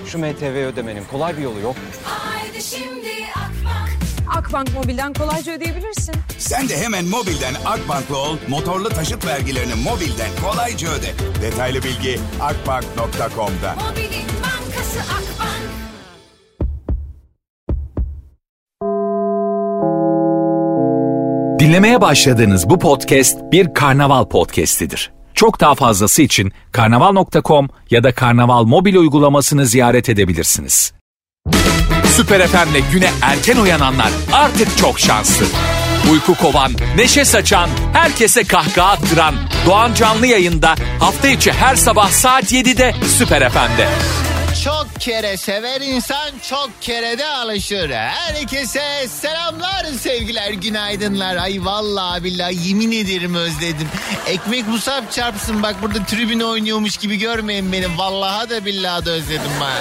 Şu MTV ödemenin kolay bir yolu yok. Haydi şimdi Akbank. Akbank Mobil'den kolayca ödeyebilirsin. Sen de hemen mobilden Akbank'la ol, motorlu taşıt vergilerini mobilden kolayca öde. Detaylı bilgi akbank.com'da. Mobilin bankası Akbank. Dinlemeye başladığınız bu podcast bir karnaval podcastidir. Çok daha fazlası için karnaval.com ya da karnaval mobil uygulamasını ziyaret edebilirsiniz. Süper FM'le güne erken uyananlar artık çok şanslı. Uyku kovan, neşe saçan, herkese kahkaha attıran Doğan Canlı yayında hafta içi her sabah saat 7'de Süper FM'de. Çok kere sever insan, çok kere de alışır. Herkese selamlar, sevgiler, günaydınlar. Ay vallahi billahi yemin ederim özledim. Ekmek musaf çarpsın, bak burada tribün oynuyormuş gibi görmeyin beni. Vallahi da billahi da özledim ben.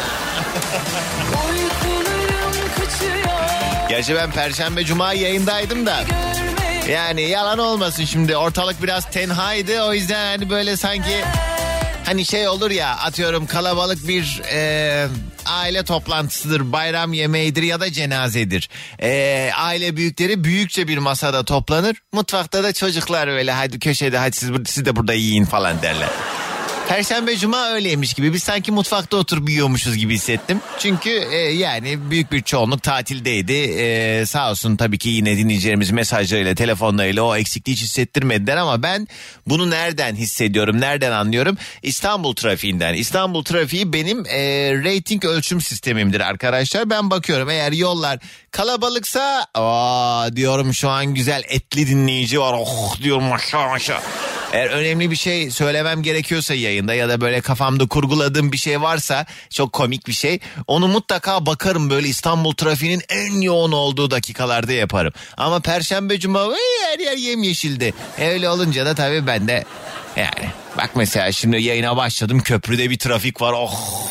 Gerçi ben Perşembe Cuma yayındaydım da. Yani yalan olmasın, şimdi ortalık biraz tenhaydı. O yüzden hani böyle sanki... Hani şey olur ya, atıyorum kalabalık bir aile toplantısıdır, bayram yemeğidir ya da cenazedir. Aile büyükleri büyükçe bir masada toplanır. Mutfakta da çocuklar öyle hadi köşede, hadi siz de burada yiyin falan derler. Perşembe Cuma öyleymiş gibi. Biz sanki mutfakta oturup yiyormuşuz gibi hissettim. Çünkü yani büyük bir çoğunluk tatildeydi. Sağ olsun tabii ki yine dinleyicilerimiz mesajlarıyla, telefonlarıyla o eksikliği hiç hissettirmediler. Ama ben bunu nereden hissediyorum, nereden anlıyorum? İstanbul trafiğinden. İstanbul trafiği benim rating ölçüm sistemimdir arkadaşlar. Ben bakıyorum, eğer yollar kalabalıksa diyorum şu an güzel etli dinleyici var. Oh diyorum, maşallah maşallah. Eğer önemli bir şey söylemem gerekiyorsa yayında ya da böyle kafamda kurguladığım bir şey varsa, çok komik bir şey, onu mutlaka bakarım, böyle İstanbul trafiğinin en yoğun olduğu dakikalarda yaparım. Ama Perşembe Cuma her yer yemyeşildi. Öyle olunca da tabii ben de yani bak mesela şimdi yayına başladım, köprüde bir trafik var. Oh.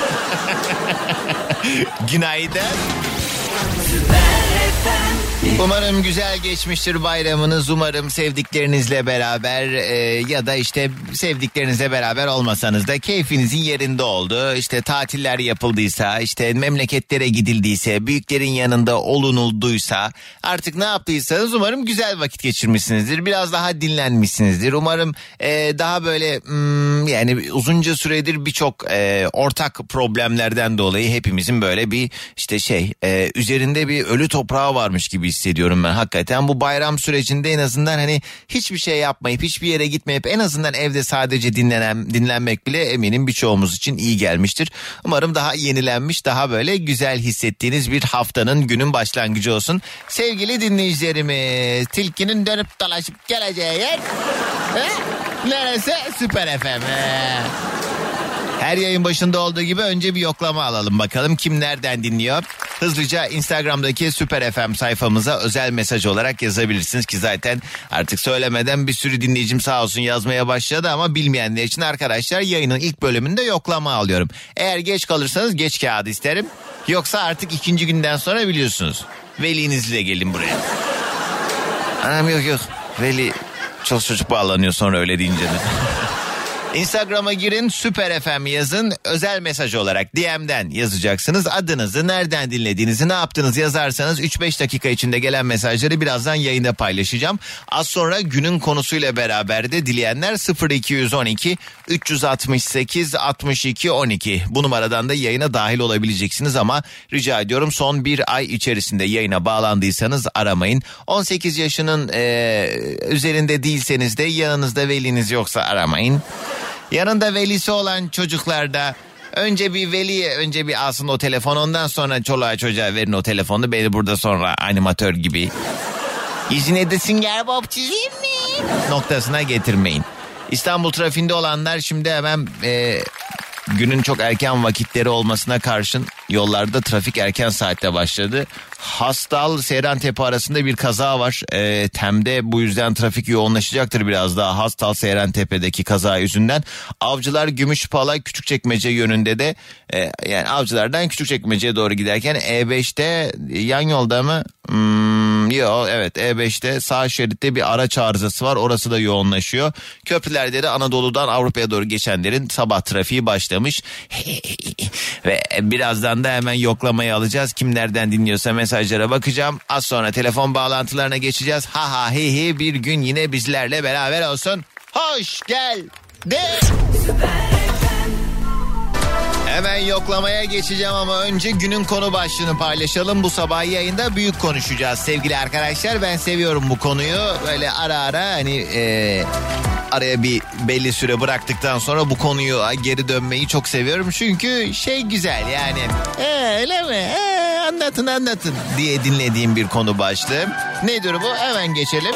Günaydın. Umarım güzel geçmiştir bayramınız. Umarım sevdiklerinizle beraber ya da işte sevdiklerinizle beraber olmasanız da keyfinizin yerinde oldu. İşte tatiller yapıldıysa, işte memleketlere gidildiyse, büyüklerin yanında olunulduysa, artık ne yaptıysanız umarım güzel vakit geçirmişsinizdir. Biraz daha dinlenmişsinizdir. Umarım daha böyle yani uzunca süredir birçok ortak problemlerden dolayı hepimizin böyle bir işte üzerinde bir ölü toprağı varmış gibi hissediyorum ben hakikaten. Bu bayram sürecinde en azından hani hiçbir şey yapmayıp, hiçbir yere gitmeyip en azından evde sadece dinlenmek bile eminim birçoğumuz için iyi gelmiştir. Umarım daha yenilenmiş, daha böyle güzel hissettiğiniz bir haftanın, günün başlangıcı olsun. Sevgili dinleyicilerimiz, tilkinin dönüp dolaşıp geleceği yer neresi? Süper FM. Her yayın başında olduğu gibi önce bir yoklama alalım bakalım kim nereden dinliyor. Hızlıca Instagram'daki Süper FM sayfamıza özel mesaj olarak yazabilirsiniz ki zaten artık söylemeden bir sürü dinleyicim sağ olsun yazmaya başladı, ama bilmeyenler için arkadaşlar yayının ilk bölümünde yoklama alıyorum. Eğer geç kalırsanız geç kağıdı isterim. Yoksa artık ikinci günden sonra biliyorsunuz. Velinizle gelin buraya. Anam yok. Veli çok çocuk bağlanıyor sonra öyle deyince de. Instagram'a girin, Süper FM yazın, özel mesaj olarak DM'den yazacaksınız. Adınızı, nereden dinlediğinizi, ne yaptınız yazarsanız 3-5 dakika içinde gelen mesajları birazdan yayında paylaşacağım. Az sonra günün konusuyla beraber de dileyenler 0212 368 62 12 bu numaradan da yayına dahil olabileceksiniz, ama rica ediyorum son bir ay içerisinde yayına bağlandıysanız aramayın. 18 yaşının üzerinde değilseniz de, yanınızda veliniz yoksa aramayın. Yanında velisi olan çocuklar da önce bir veli alsın o telefon, ondan sonra çoluğa çocuğa verin o telefonu. Beni burada sonra animatör gibi yüzüne de sünger bob çizeyim mi noktasına getirmeyin. İstanbul trafiğinde olanlar şimdi hemen günün çok erken vakitleri olmasına karşın yollarda trafik erken saatte başladı. Hastal Seyrantepe arasında bir kaza var. Tem'de bu yüzden trafik yoğunlaşacaktır biraz daha. Hastal Seyrantepe'deki kaza yüzünden. Avcılar Gümüşpala Küçükçekmece yönünde de yani Avcılar'dan Küçükçekmece'ye doğru giderken E5'te yan yolda mı? Evet, E5'te sağ şeritte bir araç arızası var, orası da yoğunlaşıyor. Köprülerde de Anadolu'dan Avrupa'ya doğru geçenlerin sabah trafiği başlamış. Ve birazdan da hemen yoklamayı alacağız. Kim nereden dinliyorsa mesajlara bakacağım. Az sonra telefon bağlantılarına geçeceğiz. Ha ha hi hi, bir gün yine bizlerle beraber olsun. Hoş gel de. Hemen yoklamaya geçeceğim ama önce günün konu başlığını paylaşalım. Bu sabah yayında büyük konuşacağız sevgili arkadaşlar. Ben seviyorum bu konuyu. Böyle ara ara hani araya bir belli süre bıraktıktan sonra bu konuyu geri dönmeyi çok seviyorum. Çünkü güzel yani. Öyle mi? Anlatın diye dinlediğim bir konu başlığı. Nedir bu? Hemen geçelim.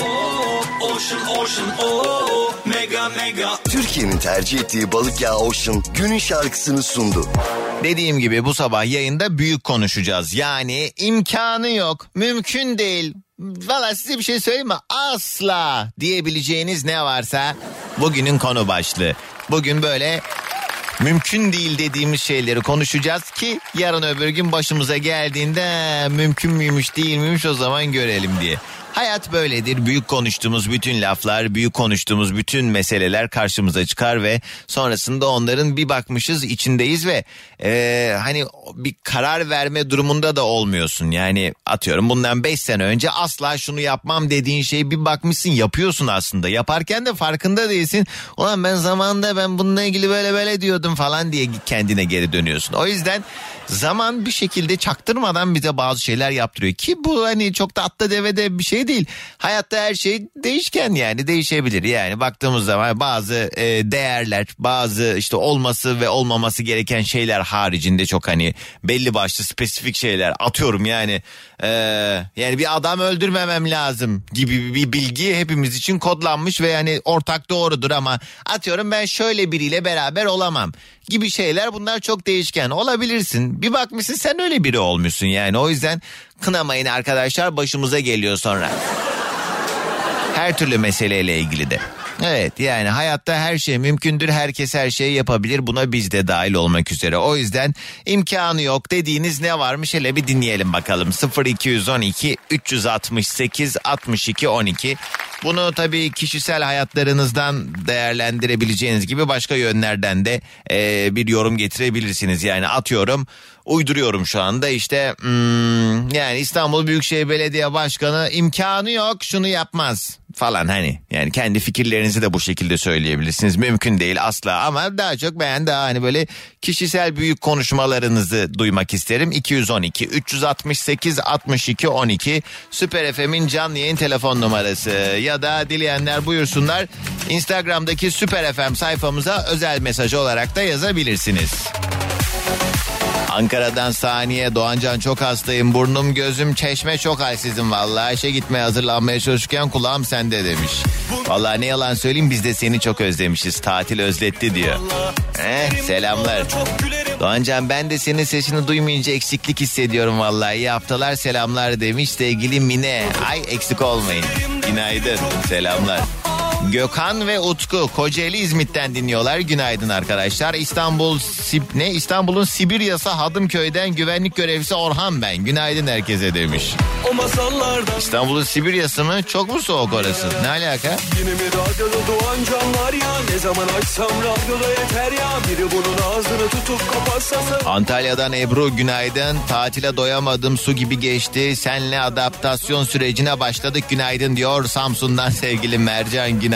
Türkiye'nin tercih ettiği balık yağı Ocean günün şarkısını sundu. Dediğim gibi bu sabah yayında büyük konuşacağız. Yani imkanı yok, mümkün değil. Valla size bir şey söyleyeyim mi? Asla diyebileceğiniz ne varsa bugünün konu başlığı. Bugün böyle mümkün değil dediğimiz şeyleri konuşacağız ki yarın öbür gün başımıza geldiğinde mümkün müymüş değil miymiş o zaman görelim diye. Hayat böyledir. Büyük konuştuğumuz bütün laflar, büyük konuştuğumuz bütün meseleler karşımıza çıkar ve sonrasında onların bir bakmışız içindeyiz ve hani bir karar verme durumunda da olmuyorsun. Yani atıyorum bundan 5 sene önce asla şunu yapmam dediğin şeyi bir bakmışsın yapıyorsun aslında. Yaparken de farkında değilsin. Ulan ben zamanında bununla ilgili böyle diyordum falan diye kendine geri dönüyorsun. O yüzden zaman bir şekilde çaktırmadan bize bazı şeyler yaptırıyor ki bu hani çok da atla devede bir şey değil. Hayatta her şey değişken, yani değişebilir. Yani baktığımız zaman bazı değerler, bazı işte olması ve olmaması gereken şeyler haricinde çok hani belli başlı spesifik şeyler, atıyorum yani yani bir adam öldürmemem lazım gibi bir bilgi hepimiz için kodlanmış ve yani ortak doğrudur ama atıyorum ben şöyle biriyle beraber olamam gibi şeyler, bunlar çok değişken. Olabilirsin, bir bakmışsın sen öyle biri olmuşsun, yani o yüzden kınamayın arkadaşlar, başımıza geliyor sonra. Her türlü meseleyle ilgili de. Evet, yani hayatta her şey mümkündür, herkes her şeyi yapabilir, buna biz de dahil olmak üzere. O yüzden imkanı yok dediğiniz ne varmış hele bir dinleyelim bakalım. 0212 368 62 12. Bunu tabii kişisel hayatlarınızdan değerlendirebileceğiniz gibi başka yönlerden de bir yorum getirebilirsiniz. Yani atıyorum, uyduruyorum şu anda işte yani İstanbul Büyükşehir Belediye Başkanı imkanı yok şunu yapmaz falan, hani yani kendi fikirlerinizi de bu şekilde söyleyebilirsiniz. Mümkün değil asla, ama daha çok ben daha hani böyle kişisel büyük konuşmalarınızı duymak isterim. 212 368 62 12 Süper FM'in canlı yayın telefon numarası, ya da dileyenler buyursunlar Instagram'daki Süper FM sayfamıza özel mesaj olarak da yazabilirsiniz. Ankara'dan Saniye, Doğancan çok hastayım, burnum gözüm çeşme çok halsizim vallahi, işe gitmeye hazırlanmaya çalışırken kulağım sende demiş. Vallahi ne yalan söyleyeyim, biz de seni çok özlemişiz, tatil özletti diyor. Selamlar. Doğancan, ben de senin sesini duymayınca eksiklik hissediyorum vallahi, iyi haftalar selamlar demiş sevgili Mine. Ay eksik olmayın, günaydın, selamlar. Gökhan ve Utku Kocaeli İzmit'ten dinliyorlar. Günaydın arkadaşlar. İstanbul'un Sibirya'sı Hadımköy'den güvenlik görevlisi Orhan ben. Günaydın herkese demiş. İstanbul'un Sibirya'sı mı? Çok mu soğuk orası? Ne alaka? Yine mi radyoda doğan canlar ya? Ne zaman açsam radyoda yeter ya. Biri bunun ağzını tutup kapatsa. Antalya'dan Ebru günaydın. Tatile doyamadım, su gibi geçti. Senle adaptasyon sürecine başladık. Günaydın diyor. Samsun'dan sevgili Mercan günaydın.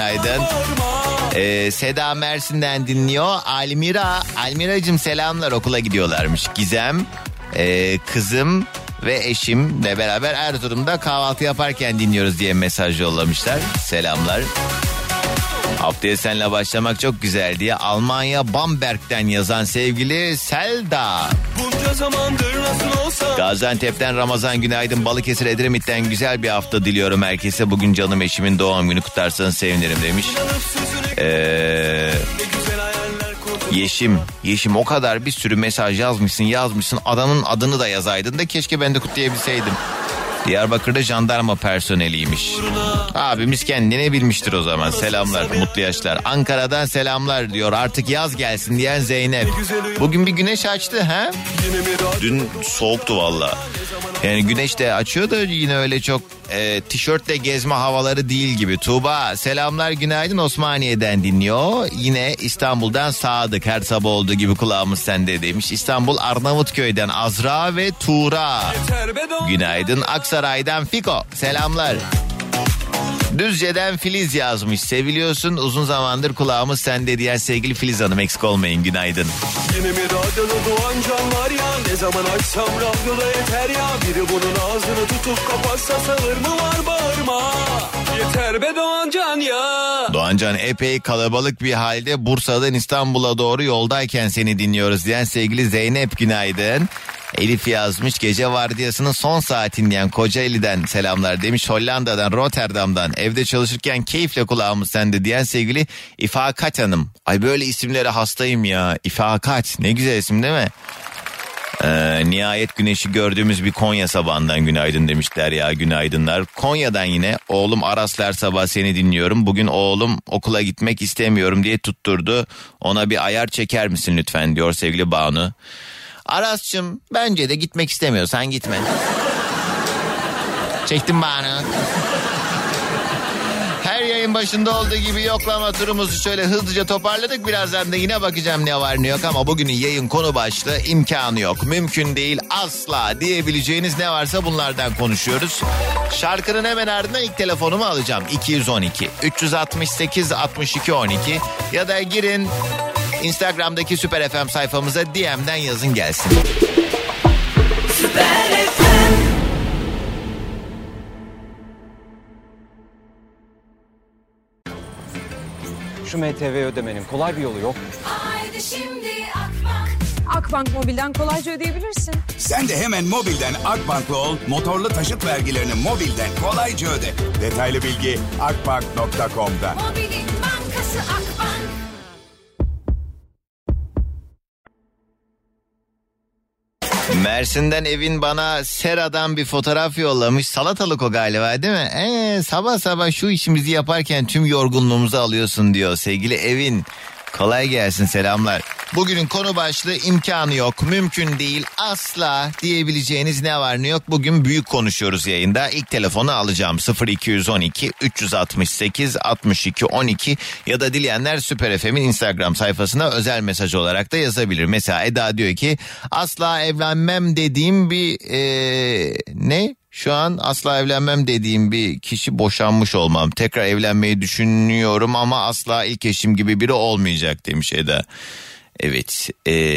Seda Mersin'den dinliyor. Almiracığım selamlar, okula gidiyorlarmış. Gizem, kızım ve eşimle beraber Erzurum'da kahvaltı yaparken dinliyoruz diye mesaj yollamışlar. Selamlar. Haftaya seninle başlamak çok güzel diye Almanya Bamberg'den yazan sevgili Selda. Gaziantep'ten Ramazan günaydın. Balıkesir Edremit'ten güzel bir hafta diliyorum herkese. Bugün canım eşimin doğum günü, kutlarsanız sevinirim demiş. Yeşim o kadar bir sürü mesaj yazmışsın. Adamın adını da yazaydın da keşke ben de kutlayabilseydim. Diyarbakır'da jandarma personeliymiş. Abimiz kendine bilmiştir o zaman. Selamlar, mutlu yaşlar. Ankara'dan selamlar diyor. Artık yaz gelsin diyen Zeynep. Bugün bir güneş açtı ha? Dün soğuktu valla. Yani güneş de açıyor da yine öyle çok tişörtle gezme havaları değil gibi. Tuğba selamlar, günaydın, Osmaniye'den dinliyor. Yine İstanbul'dan Sadık, her sabah olduğu gibi kulağımız sende demiş. İstanbul Arnavutköy'den Azra ve Tuğra. Günaydın. Aksaray'dan Fiko selamlar. Düzce'den Filiz yazmış. Seviliyorsun, uzun zamandır kulağımız sende diyen sevgili Filiz Hanım, eksik olmayın, günaydın. Yine mi radyoda doğan can var ya, ne zaman açsam radyoda yeter ya. Biri bunun ağzını tutup kapatsa sağır mı var bağırma. Yeter be Doğancan ya. Doğancan, epey kalabalık bir halde Bursa'dan İstanbul'a doğru yoldayken seni dinliyoruz diyen sevgili Zeynep, günaydın. Elif yazmış, gece vardiyasının son saatini diyen Kocaeli'den selamlar demiş. Hollanda'dan, Rotterdam'dan evde çalışırken keyifle kulağımız sende diyen sevgili İfakat Hanım. Ay böyle isimlere hastayım ya. İfakat, ne güzel isim değil mi? Nihayet güneşi gördüğümüz bir Konya sabahından günaydın demişler ya, günaydınlar. Konya'dan yine oğlum Araslar, sabah seni dinliyorum. Bugün oğlum okula gitmek istemiyorum diye tutturdu. Ona bir ayar çeker misin lütfen diyor sevgili Banu. Aras'cığım, bence de gitmek istemiyorsan gitme. Çektim bana. Her yayın başında olduğu gibi yoklama turumuzu şöyle hızlıca toparladık. Birazdan da yine bakacağım ne var ne yok, ama bugünün yayın konu başlığı imkanı yok, mümkün değil, asla diyebileceğiniz ne varsa bunlardan konuşuyoruz. Şarkının hemen ardından ilk telefonumu alacağım. 212 368 62 12 ya da girin Instagram'daki Süper FM sayfamıza, DM'den yazın gelsin. Süper FM. Şu MTV ödemenin kolay bir yolu yok. Haydi şimdi Akbank. Akbank Mobil'den kolayca ödeyebilirsin. Sen de hemen mobilden Akbank'la ol, motorlu taşıt vergilerini mobilden kolayca öde. Detaylı bilgi akbank.com'da. Mobilin bankası Akbank. Mersin'den Evin bana Sera'dan bir fotoğraf yollamış. Salatalık o galiba değil mi? Sabah sabah şu işimizi yaparken tüm yorgunluğumuzu alıyorsun diyor sevgili Evin. Kolay gelsin, selamlar. Bugünün konu başlığı imkanı yok, mümkün değil, asla diyebileceğiniz ne var ne yok. Bugün büyük konuşuyoruz yayında. İlk telefonu alacağım 0212 368 62 12 ya da dileyenler Süper FM'in Instagram sayfasına özel mesaj olarak da yazabilir. Mesela Eda diyor ki asla evlenmem dediğim bir Şu an asla evlenmem dediğim bir kişi boşanmış olmam. Tekrar evlenmeyi düşünüyorum ama asla ilk eşim gibi biri olmayacak demiş Eda. Evet,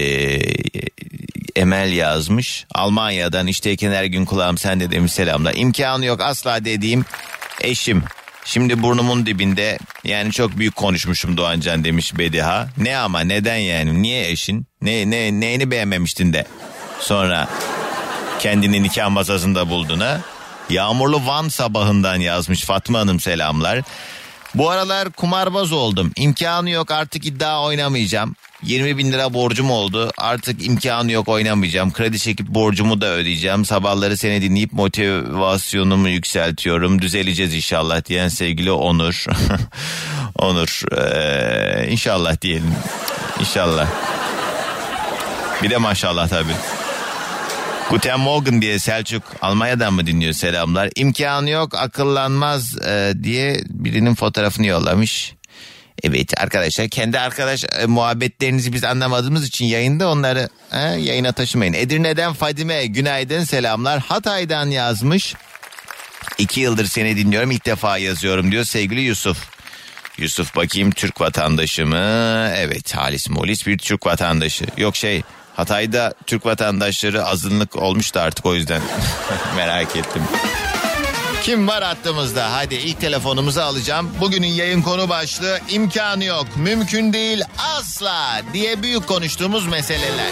Emel yazmış. Almanya'dan işteyken her gün kulağım sende demiş, selamlar. İmkanı yok asla dediğim eşim. Şimdi burnumun dibinde, yani çok büyük konuşmuşum Doğancan demiş Bediha. Ne ama, neden yani, niye eşin? Neyini beğenmemiştin de sonra kendini nikah masasında buldun ha? Yağmurlu Van sabahından yazmış Fatma Hanım, selamlar. Bu aralar kumarbaz oldum. İmkanı yok, artık iddia oynamayacağım. 20 bin lira borcum oldu. Artık imkanı yok, oynamayacağım. Kredi çekip borcumu da ödeyeceğim. Sabahları seni dinleyip motivasyonumu yükseltiyorum. Düzeleceğiz inşallah diyen sevgili Onur. Onur, inşallah diyelim. İnşallah. Bir de maşallah tabii. Guten Morgen diye Selçuk Almanya'dan mı dinliyor, selamlar. İmkanı yok, akıllanmaz diye birinin fotoğrafını yollamış. Evet arkadaşlar, kendi arkadaş muhabbetlerinizi biz anlamadığımız için yayında onları yayına taşımayın. Edirne'den Fadime, günaydın, selamlar. Hatay'dan yazmış. 2 yıldır seni dinliyorum, ilk defa yazıyorum diyor sevgili Yusuf. Yusuf bakayım, Türk vatandaşı mı? Evet, halis molis bir Türk vatandaşı. Yok Hatay'da Türk vatandaşları azınlık olmuştu artık, o yüzden merak ettim. Kim var hattımızda? Hadi ilk telefonumuzu alacağım. Bugünün yayın konu başlığı imkanı yok, mümkün değil, asla diye büyük konuştuğumuz meseleler.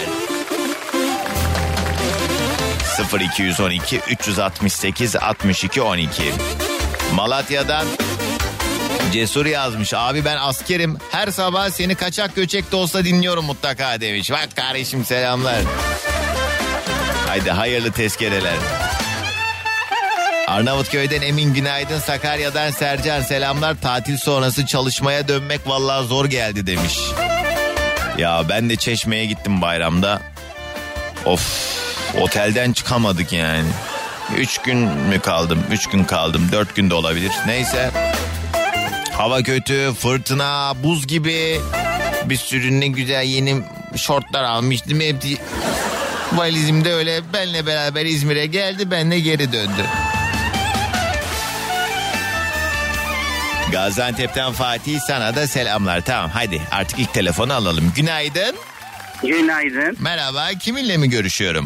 0212 368 62 12. Malatya'dan Cesur yazmış. Abi ben askerim. Her sabah seni kaçak göçek de olsa dinliyorum mutlaka demiş. Bak kardeşim, selamlar. Haydi hayırlı tezkereler. Arnavutköy'den Emin günaydın. Sakarya'dan Sercan selamlar. Tatil sonrası çalışmaya dönmek vallahi zor geldi demiş. Ya ben de Çeşme'ye gittim bayramda. Of, otelden çıkamadık yani. 3 gün mü kaldım? 3 gün kaldım. 4 gün de olabilir. Neyse. Hava kötü, fırtına, buz gibi. Bir sürü ne güzel yeni şortlar almıştım. Hepsi valizimde öyle benle beraber İzmir'e geldi. Benle geri döndü. Gaziantep'ten Fatih, sana da selamlar. Tamam, hadi artık ilk telefonu alalım. Günaydın. Günaydın. Merhaba, kiminle mi görüşüyorum?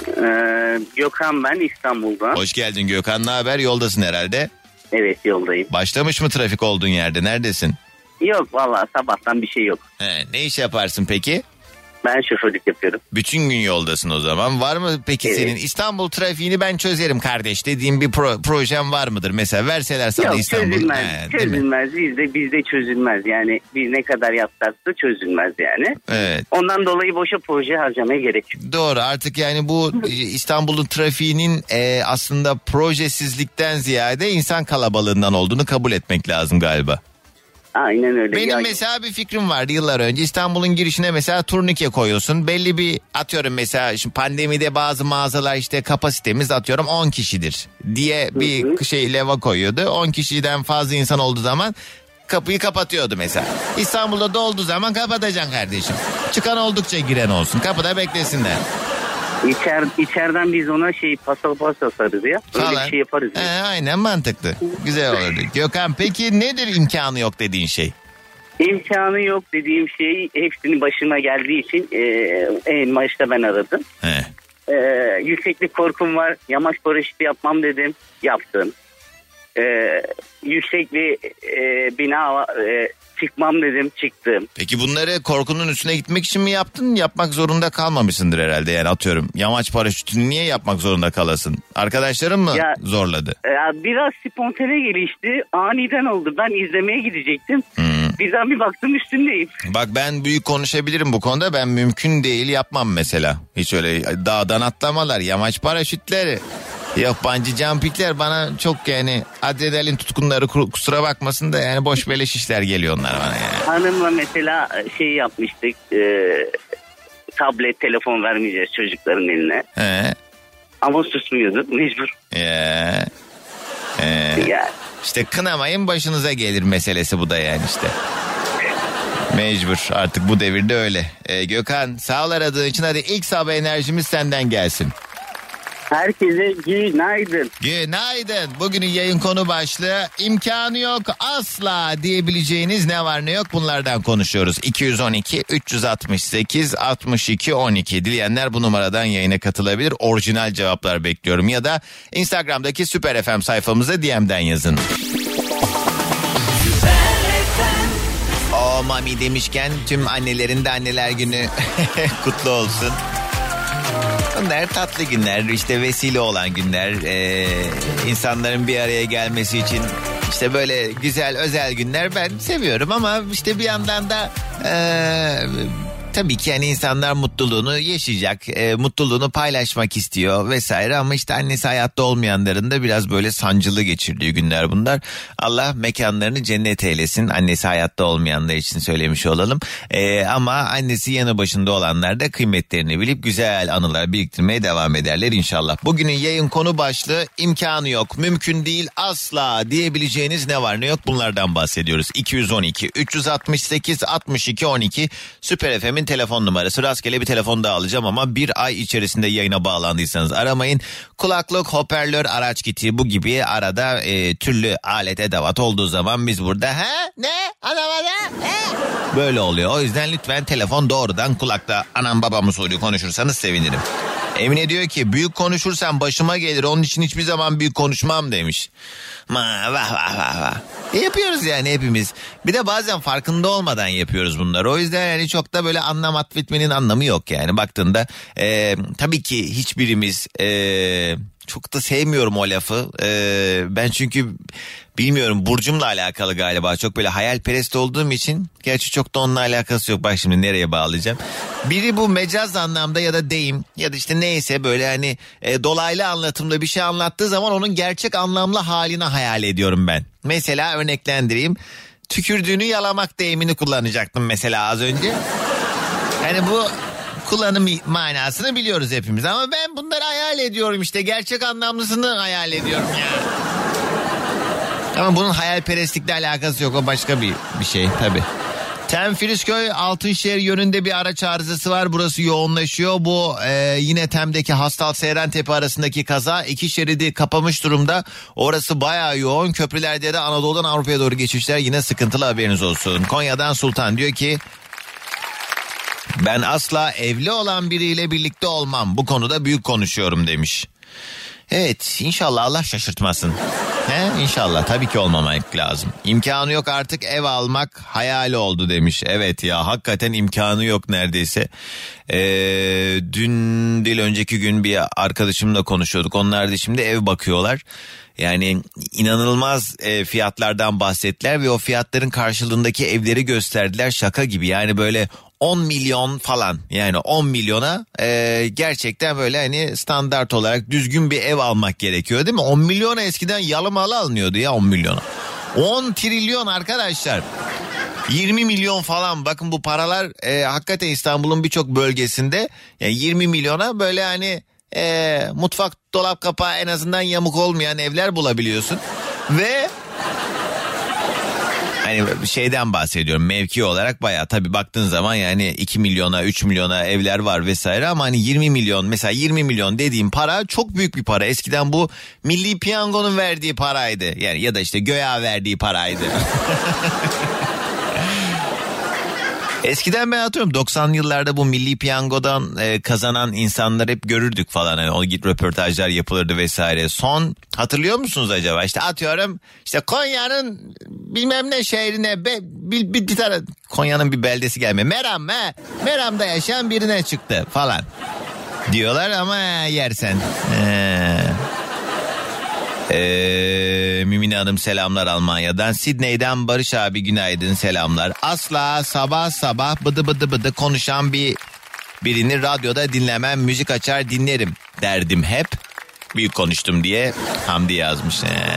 Gökhan, ben İstanbul'dan. Hoş geldin Gökhan, ne haber? Yoldasın herhalde. Evet, yoldayım. Başlamış mı trafik olduğun yerde? Neredesin? Yok vallahi, sabahtan bir şey yok. Ne iş yaparsın peki? Ben şoförlük yapıyorum. Bütün gün yoldasın o zaman. Var mı peki Evet. senin İstanbul trafiğini ben çözerim kardeş dediğin bir projem var mıdır? Mesela verseler sana Yok, İstanbul. çözülmez. Değil mi? Çözülmez. Bizde çözülmez. Yani biz ne kadar yapsak da çözülmez yani. Evet. Ondan dolayı boşa proje harcamaya gerek yok. Doğru, artık yani bu İstanbul'un trafiğinin aslında projesizlikten ziyade insan kalabalığından olduğunu kabul etmek lazım galiba. Aynen öyle. Benim mesela bir fikrim vardı yıllar önce. İstanbul'un girişine mesela turnike koyuyorsun. Belli bir, atıyorum mesela şimdi pandemide bazı mağazalar işte kapasitemiz atıyorum 10 kişidir diye bir şey leva koyuyordu. 10 kişiden fazla insan olduğu zaman kapıyı kapatıyordu mesela. İstanbul'da dolduğu zaman kapatacaksın kardeşim. Çıkan oldukça giren olsun. Kapıda beklesinler. İçeriden biz ona pasaport asarız ya. Öyle Falan. bir şey yaparız. Aynen, mantıklı. Güzel olurdu. Gökhan, peki nedir imkanı yok dediğin şey? İmkanı yok dediğim şey hepsinin başıma geldiği için en başta ben aradım. Yükseklik korkum var. Yamaç paraşütü yapmam dedim. Yaptım. Yüksek bir bina çıkmam dedim. Çıktım. Peki bunları korkunun üstüne gitmek için mi yaptın? Yapmak zorunda kalmamışsındır herhalde. Yani atıyorum yamaç paraşütünü niye yapmak zorunda kalasın? Arkadaşların mı zorladı? Biraz spontane gelişti. Aniden oldu. Ben izlemeye gidecektim. Birden bir baktım üstündeyim. Bak, ben büyük konuşabilirim bu konuda. Ben mümkün değil yapmam mesela. Hiç öyle dağdan atlamalar, yamaç paraşütleri. Yok, bungee jumpingler bana çok yani adrenalin tutkunları kusura bakmasın da yani boş beleş işler geliyor onlar bana yani. Hanımla mesela yapmıştık. Tablet, telefon vermeyeceğiz çocukların eline. Ama susmuyordu, mecbur. İşte kınamayın başınıza gelir meselesi bu da yani işte. Mecbur, artık bu devirde öyle. Gökhan, sağ ol aradığın için. Hadi ilk sabah enerjimiz senden gelsin. Herkese günaydın. Günaydın. Bugünün yayın konu başlığı imkanı yok asla diyebileceğiniz ne var ne yok, bunlardan konuşuyoruz. 212 368 62 12 dileyenler bu numaradan yayına katılabilir. Orijinal cevaplar bekliyorum ya da Instagram'daki Süper FM sayfamıza DM'den yazın. O mami demişken tüm annelerin de anneler günü kutlu olsun. Bunlar tatlı günler, işte vesile olan günler, insanların bir araya gelmesi için işte böyle güzel özel günler ben seviyorum ama işte bir yandan da tabii ki yani insanlar mutluluğunu yaşayacak, mutluluğunu paylaşmak istiyor vesaire ama işte annesi hayatta olmayanların da biraz böyle sancılı geçirdiği günler bunlar. Allah mekanlarını cennet eylesin, annesi hayatta olmayanlar için söylemiş olalım. Ama annesi yanı başında olanlar da kıymetlerini bilip güzel anılar biriktirmeye devam ederler inşallah. Bugünün yayın konu başlığı imkanı yok, mümkün değil asla diyebileceğiniz ne var ne yok, bunlardan bahsediyoruz. 212 368 62 12 Süper FM'in telefon numarası. Rastgele bir telefon daha alacağım ama bir ay içerisinde yayına bağlandıysanız aramayın. Kulaklık, hoparlör, araç kiti bu gibi arada türlü alet edevat olduğu zaman biz burada ne anlamadım böyle oluyor. O yüzden lütfen telefon doğrudan kulakta anam babam usulü konuşursanız sevinirim. Emine diyor ki büyük konuşursam başıma gelir, onun için hiçbir zaman büyük konuşmam demiş. Vah. Yapıyoruz yani hepimiz. Bir de bazen farkında olmadan yapıyoruz bunları. O yüzden yani çok da böyle anlam atfetmenin anlamı yok yani. Baktığında tabii ki hiçbirimiz çok da sevmiyorum o lafı. Ben çünkü bilmiyorum, burcumla alakalı galiba. Çok böyle hayalperest olduğum için. Gerçi çok da onunla alakası yok. Bak şimdi nereye bağlayacağım. Biri bu mecaz anlamda ya da deyim ya da işte neyse böyle hani dolaylı anlatımda bir şey anlattığı zaman onun gerçek anlamlı halini hayal ediyorum ben. Mesela örneklendireyim. Tükürdüğünü yalamak deyimini kullanacaktım mesela az önce. Yani bu kullanım manasını biliyoruz hepimiz ama ben bunları hayal ediyorum işte. Gerçek anlamlısını hayal ediyorum ya. Ama bunun hayalperestlikle alakası yok, o başka bir şey tabii. Tem-Filizköy Altınşehir yönünde bir araç arızası var. Burası yoğunlaşıyor. Bu yine Tem'deki Hastal Seyrantepe arasındaki kaza, 2 şeridi kapamış durumda. Orası bayağı yoğun. Köprülerde de Anadolu'dan Avrupa'ya doğru geçişler yine sıkıntılı, haberiniz olsun. Konya'dan Sultan diyor ki ben asla evli olan biriyle birlikte olmam. Bu konuda büyük konuşuyorum demiş. Evet, inşallah Allah şaşırtmasın. İnşallah, tabii ki olmamak lazım. İmkanı yok artık, ev almak hayal oldu demiş. Evet ya, hakikaten imkanı yok neredeyse. Dün değil önceki gün bir arkadaşımla konuşuyorduk. Onlar da şimdi ev bakıyorlar. Yani inanılmaz fiyatlardan bahsettiler ve o fiyatların karşılığındaki evleri gösterdiler, şaka gibi. Yani böyle 10 milyon falan, yani 10 milyona gerçekten böyle hani standart olarak düzgün bir ev almak gerekiyor değil mi? 10 milyona eskiden yalı malı alınıyordu ya, 10 milyona. 10 trilyon arkadaşlar. 20 milyon falan, bakın bu paralar hakikaten İstanbul'un birçok bölgesinde yani 20 milyona böyle hani mutfak dolap kapağı en azından yamuk olmayan evler bulabiliyorsun. Ve hani şeyden bahsediyorum, mevki olarak bayağı tabii baktığın zaman yani 2 milyona 3 milyona evler var vesaire ama hani 20 milyon, mesela 20 milyon dediğim para çok büyük bir para. Eskiden bu Milli Piyango'nun verdiği paraydı yani, ya da işte GÖA verdiği paraydı. Eskiden ben hatırlıyorum 90'lı yıllarda bu Milli Piyango'dan kazanan insanları hep görürdük falan. Yani o röportajlar yapılırdı vesaire. Son hatırlıyor musunuz acaba? İşte atıyorum işte Konya'nın bilmem ne şehrine bir tane Konya'nın bir beldesi gelme. Meram'da yaşayan birine çıktı falan diyorlar ama yersen. Mümine Hanım selamlar Almanya'dan. Sydney'den Barış abi günaydın, selamlar. Asla sabah bıdı konuşan birini radyoda dinlemem, müzik açar dinlerim derdim hep. Büyük konuştum diye Hamdi yazmış.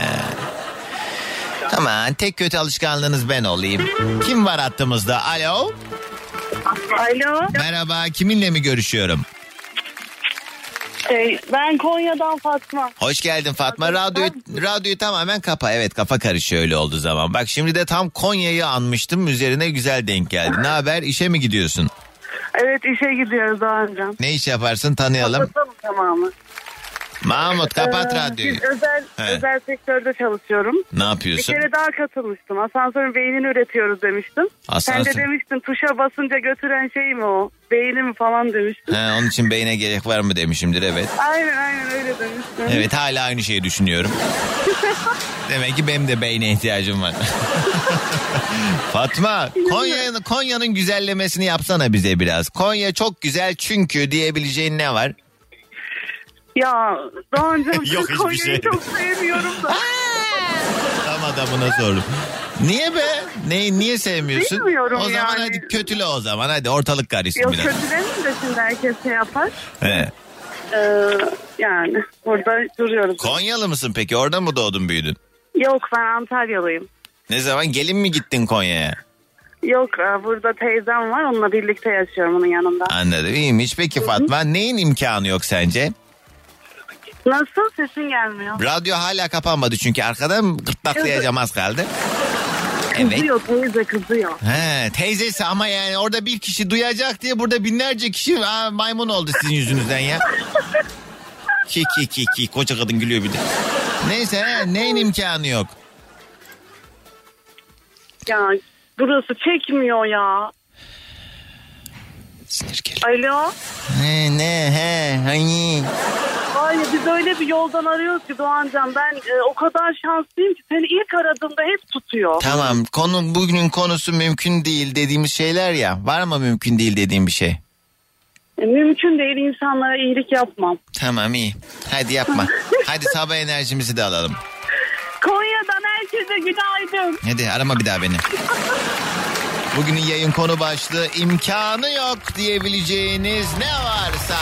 Aman tek kötü alışkanlığınız ben olayım. Kim var hattımızda? Alo. Merhaba, kiminle mi görüşüyorum? Ben Konya'dan Fatma. Hoş geldin Fatma. Radyoyu tamamen kapa. Evet, kafa karışıyor öyle olduğu zaman. Bak şimdi de tam Konya'yı anmıştım. Üzerine güzel denk geldi. Ne haber? İşe mi gidiyorsun? Evet, işe gidiyoruz daha önce. Ne iş yaparsın? Tanıyalım. Kapatalım tamamı. Mahmut kapat radyoyu. Özel sektörde çalışıyorum. Ne yapıyorsun? Bir kere daha katılmıştım. Asansörün beynini üretiyoruz demiştim. Sen de demiştin tuşa basınca götüren şey mi o? Beyni mi falan demiştin. Onun için beyne gerek var mı demişimdir, evet. Aynen öyle demiştin. Evet, hala aynı şeyi düşünüyorum. Demek ki benim de beyne ihtiyacım var. Fatma, Konya'nın güzellemesini yapsana bize biraz. Konya çok güzel çünkü diyebileceğin ne var? Ya daha önce Konya'yı şey. Çok sevmiyorum da. Tam adamına sordum. Niye be? Niye sevmiyorsun? Bilmiyorum o zaman yani. Hadi kötüle o zaman. Hadi ortalık karışsın Yok, biraz. Yok kötülemeyeyim de şimdi herkes şey yapar. He. Yani burada duruyoruz. Konyalı mısın peki? Orada mı doğdun büyüdün? Yok, ben Antalyalıyım. Ne zaman? Gelin mi gittin Konya'ya? Yok, burada teyzem var, onunla birlikte yaşıyorum onun yanında. Anladım, iyiymiş. Peki Fatma, neyin imkanı yok sence? Nasıl? Sesin gelmiyor. Radyo hala kapanmadı çünkü arkadan gırtlaklayacağım, az kaldı. Kızıyor, teyze kızıyor. Teyzesi ama yani orada bir kişi duyacak diye burada binlerce kişi maymun oldu sizin yüzünüzden ya. Ki koca kadın gülüyor bir de. Neyse, neyin imkanı yok? Ya burası çekmiyor ya. Sinir geliyor. Alo. Hani? Hayır, biz öyle bir yoldan arıyoruz ki Doğancan, ben o kadar şanslıyım ki seni ilk aradığımda hep tutuyor. Tamam, bugünün konusu mümkün değil dediğimiz şeyler ya. Var mı mümkün değil dediğim bir şey? Mümkün değil, insanlara iyilik yapmam. Tamam, iyi. Hadi yapma. Hadi sabah enerjimizi de alalım. Konya'dan herkese günaydın. Hadi arama bir daha beni. Bugünün yayın konu başlığı imkanı yok diyebileceğiniz ne varsa.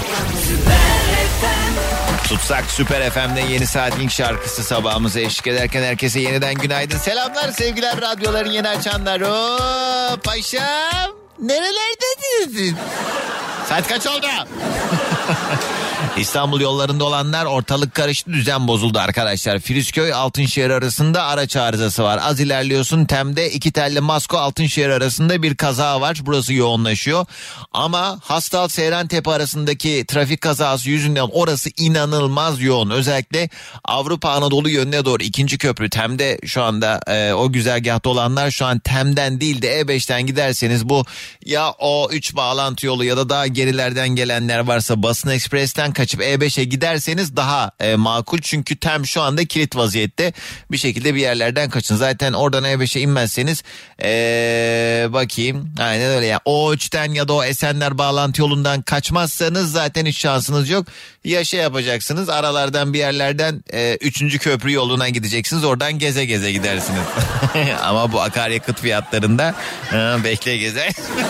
Tutsak Süper FM'de Yeni Saat ilk şarkısı sabahımıza eşlik ederken herkese yeniden günaydın. Selamlar sevgiler radyoların yeni açanlar. Oo, paşam nerelerdesiniz? Saat kaç oldu? İstanbul yollarında olanlar ortalık karıştı, düzen bozuldu arkadaşlar. Filizköy Altınşehir arasında araç arızası var. Az ilerliyorsun Tem'de iki telli Masko Altınşehir arasında bir kaza var. Burası yoğunlaşıyor. Ama Hastal Seyrantepe arasındaki trafik kazası yüzünden orası inanılmaz yoğun. Özellikle Avrupa Anadolu yönüne doğru ikinci köprü Tem'de şu anda o güzergahta olanlar şu an Tem'den değil de E5'ten giderseniz bu ya O3 bağlantı yolu ya da daha gerilerden gelenler varsa Basın Ekspres'ten kaçıp E5'e giderseniz daha makul. Çünkü Tem şu anda kilit vaziyette. Bir şekilde bir yerlerden kaçın. Zaten oradan E5'e inmezseniz bakayım. Aynen öyle ya. O3'ten ya da o Esenler bağlantı yolundan kaçmazsanız zaten hiç şansınız yok. Ya şey yapacaksınız, aralardan bir yerlerden 3. köprü yoluna gideceksiniz. Oradan geze geze gidersiniz. Ama bu akaryakıt fiyatlarında bekle gezer.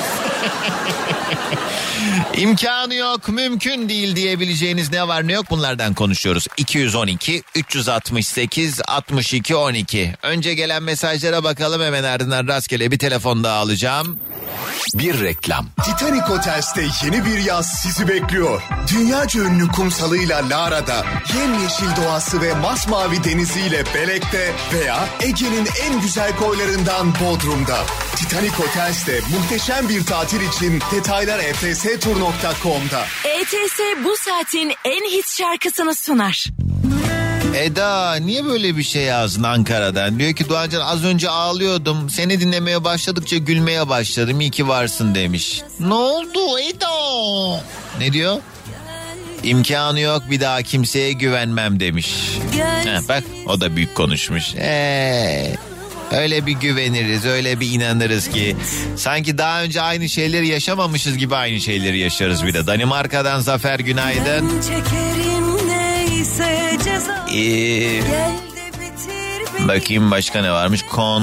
İmkanı yok, mümkün değil diyebileceğiniz ne var ne yok, bunlardan konuşuyoruz. 212 368 62 12. Önce gelen mesajlara bakalım, hemen ardından rastgele bir telefon daha alacağım. Bir reklam. Titanic Hotels'te yeni bir yaz sizi bekliyor. Dünyaca ünlü kumsalıyla Lara'da, yemyeşil doğası ve masmavi deniziyle Belek'te veya Ege'nin en güzel koylarından Bodrum'da. Titanic Hotels'te muhteşem bir tatil için detaylar efstur.com'da. ETS bu saatin en hit şarkısını sunar. Eda niye böyle bir şey yazdın Ankara'dan? Diyor ki Doğancan az önce ağlıyordum. Seni dinlemeye başladıkça gülmeye başladım. İyi ki varsın demiş. Ne oldu Eda? Ne diyor? İmkanı yok, bir daha kimseye güvenmem demiş. Bak o da büyük konuşmuş. Öyle bir güveniriz, öyle bir inanırız ki sanki daha önce aynı şeyleri yaşamamışız gibi aynı şeyleri yaşarız bir de. Danimarka'dan Zafer günaydın. Bakayım başka ne varmış?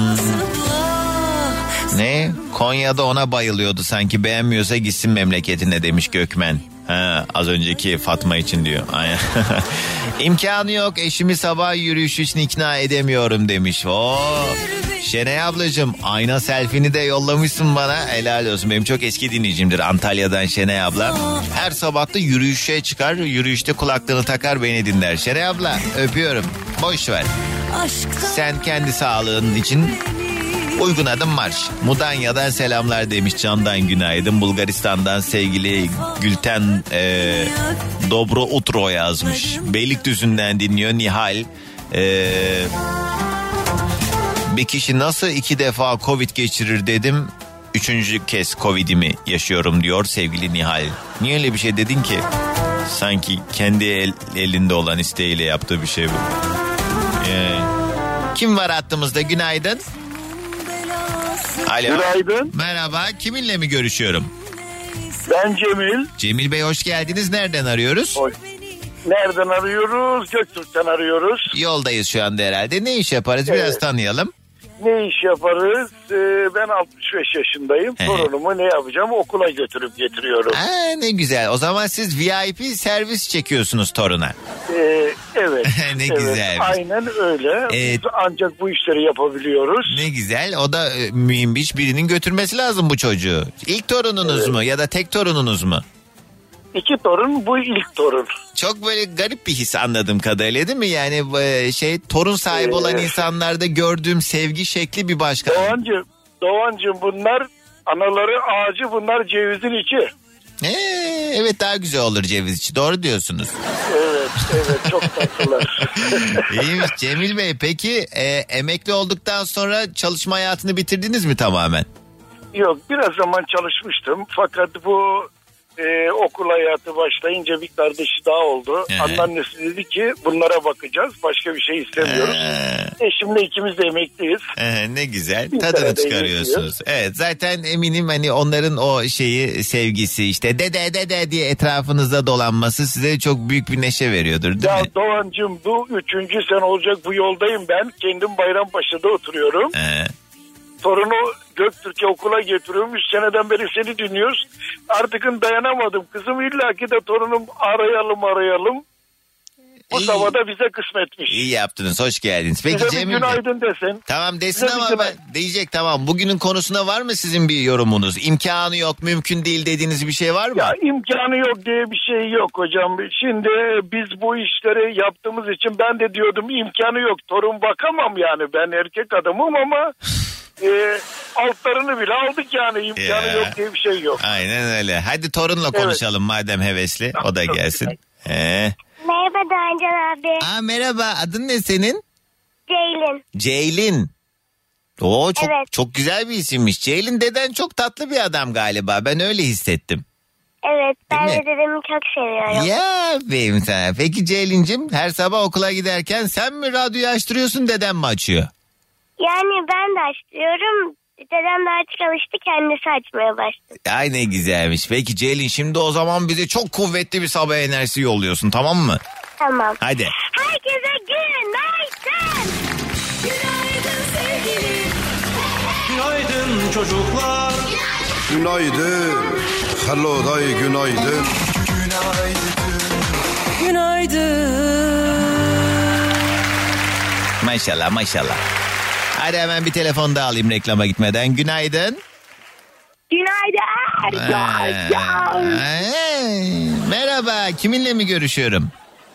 Konya'da ona bayılıyordu sanki, beğenmiyorsa gitsin memleketine demiş Gökmen. Az önceki Fatma için diyor. İmkanı yok, eşimi sabah yürüyüş için ikna edemiyorum demiş. Şenay ablacığım ayna selfie'ni de yollamışsın bana, helal olsun. Benim çok eski dinleyicimdir Antalya'dan Şenay abla. Her sabah da yürüyüşe çıkar, yürüyüşte kulaklığını takar beni dinler. Şenay abla öpüyorum, boş ver. Sen kendi sağlığın için uygun adım marş. Mudanya'dan selamlar demiş Candan günaydın. Bulgaristan'dan sevgili Gülten Dobro Utro yazmış. Beylikdüzü'nden dinliyor Nihal. Bir kişi nasıl 2 defa Covid geçirir dedim. 3. kez Covid'imi yaşıyorum diyor sevgili Nihal. Niye öyle bir şey dedin ki? Sanki kendi elinde olan isteğiyle yaptığı bir şey bu. Kim var hattımızda? Günaydın. Alo. Günaydın. Merhaba. Kiminle mi görüşüyorum? Ben Cemil. Cemil Bey hoş geldiniz. Nereden arıyoruz? Nereden arıyoruz? Göktürk'ten arıyoruz. Yoldayız şu anda herhalde. Ne iş yaparız? Biraz tanıyalım. Ne iş yaparız? Ben 65 yaşındayım. Torunumu ne yapacağım? Okula götürüp getiriyorum. Ne güzel. O zaman siz VIP servis çekiyorsunuz toruna. Evet. Ne evet, güzel. Aynen öyle. Biz ancak bu işleri yapabiliyoruz. Ne güzel. O da mühim bir iş. Birinin götürmesi lazım bu çocuğu. İlk torununuz mu ya da tek torununuz mu? 2 torun, bu ilk torun. Çok böyle garip bir his anladığım kadarıyla, değil mi? Yani torun sahibi olan insanlarda gördüğüm sevgi şekli bir başka. Doğancığım bunlar anaları ağacı, bunlar cevizin içi. Evet daha güzel olur ceviz içi, doğru diyorsunuz. Evet çok tatlılar. İyiymiş Cemil Bey. Peki emekli olduktan sonra çalışma hayatını bitirdiniz mi tamamen? Yok, biraz zaman çalışmıştım fakat bu okul hayatı başlayınca bir kardeşi daha oldu. Anneannesi dedi ki bunlara bakacağız. Başka bir şey istemiyoruz. Eşimle ikimiz de emekliyiz. Ne güzel. Tadını çıkarıyorsunuz. Evet, zaten eminim hani onların o şeyi, sevgisi, işte dede diye etrafınızda dolanması size çok büyük bir neşe veriyordur, değil mi? Ya Doğancığım, bu 3. sene olacak bu yoldayım ben. Kendim Bayrampaşa'da oturuyorum. Torunu Göktürk'e okula getiriyorum. 3 seneden beri seni dinliyoruz. Artık dayanamadım. Kızım illaki de torunum arayalım. Bu sabahda bize kısmetmiş. İyi yaptınız, hoş geldiniz. Peki bize Cemil, bir günaydın desen. Tamam desin ama diyecek, tamam. Bugünün konusuna var mı sizin bir yorumunuz? İmkanı yok, mümkün değil dediğiniz bir şey var mı? Ya imkanı yok diye bir şey yok hocam. Şimdi biz bu işleri yaptığımız için ben de diyordum imkanı yok. Torun bakamam yani, ben erkek adamım ama... altlarını bile aldık yani, imkanı yok diye bir şey yok. Aynen öyle. Hadi torunla konuşalım madem hevesli. O da gelsin. Merhaba Doğancan abi. Merhaba, adın ne senin? Ceylin. Oo, çok güzel bir isimmiş. Ceylin, deden çok tatlı bir adam galiba. Ben öyle hissettim. Evet, ben de dedemi çok seviyorum. Ya benim sana. Peki Ceylin'cim, her sabah okula giderken sen mi radyoyu açtırıyorsun, deden mi açıyor? Yani ben de açıyorum. Dedem de açık alıştı, kendisi açmaya başladı. Ay ne güzelmiş. Peki Ceylin, şimdi o zaman bize çok kuvvetli bir sabah enerjisi yolluyorsun, tamam mı? Tamam. Hadi. Herkese günaydın. Günaydın sevgilim. Günaydın çocuklar. Günaydın. Hello day, günaydın. Günaydın. Maşallah. Hadi hemen bir telefon daha alayım reklama gitmeden. Günaydın. Merhaba, kiminle mi görüşüyorum?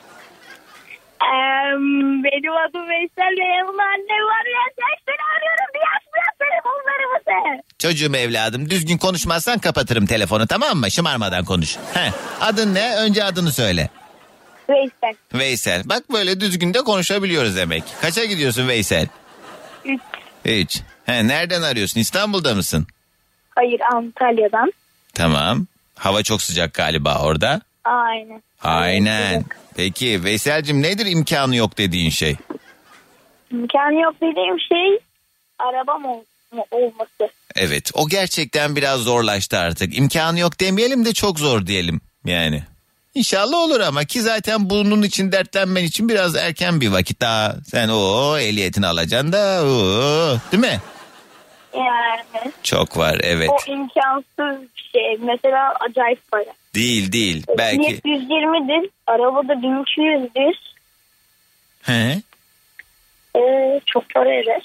Benim adım Veysel ve yanımda annem var ya. Sen seni arıyorum diye açmıyor telefonlarımızı. Çocuğum, evladım, düzgün konuşmazsan kapatırım telefonu, tamam mı? Şımarmadan konuş. Adın ne? Önce adını söyle. Veysel. Bak böyle düzgün de konuşabiliyoruz demek. Kaça gidiyorsun Veysel? 3. Nereden arıyorsun? İstanbul'da mısın? Hayır, Antalya'dan. Tamam. Hava çok sıcak galiba orada. Aynen. Peki Veysel'cim, nedir imkanı yok dediğin şey? İmkanı yok dediğim şey arabam olması. Evet, o gerçekten biraz zorlaştı artık. İmkanı yok demeyelim de çok zor diyelim yani. İnşallah olur ama, ki zaten bunun için dertlenmen için biraz erken bir vakit daha. Sen ehliyetini alacaksın da değil mi? Yani. Çok var, evet. O imkansız bir şey. Mesela acayip para. Değil. Belki. 120'dir. Arabada 1200'dür. Çok para eder.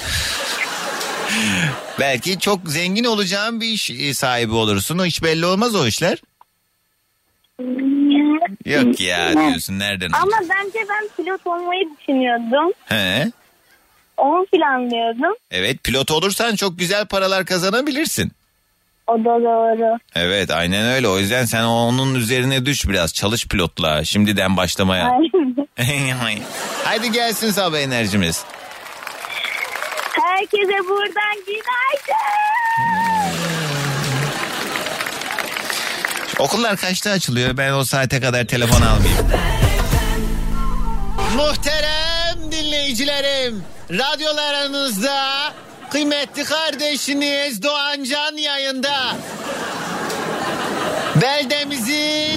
Belki çok zengin olacağın bir iş sahibi olursun. Hiç belli olmaz o işler. Yok ya diyorsun, nereden? Ama bence ben pilot olmayı düşünüyordum. Onu planlıyordum. Evet, pilot olursan çok güzel paralar kazanabilirsin. O da doğru. Evet, aynen öyle. O yüzden sen onun üzerine düş biraz. Çalış pilotla şimdiden başlamaya. Haydi gelsin sabah enerjimiz. Herkese buradan günaydın. Okullar kaçta açılıyor? Ben o saate kadar telefon almayayım. Muhterem dinleyicilerim, radyolarınızda kıymetli kardeşiniz Doğancan yayında. Beldemizin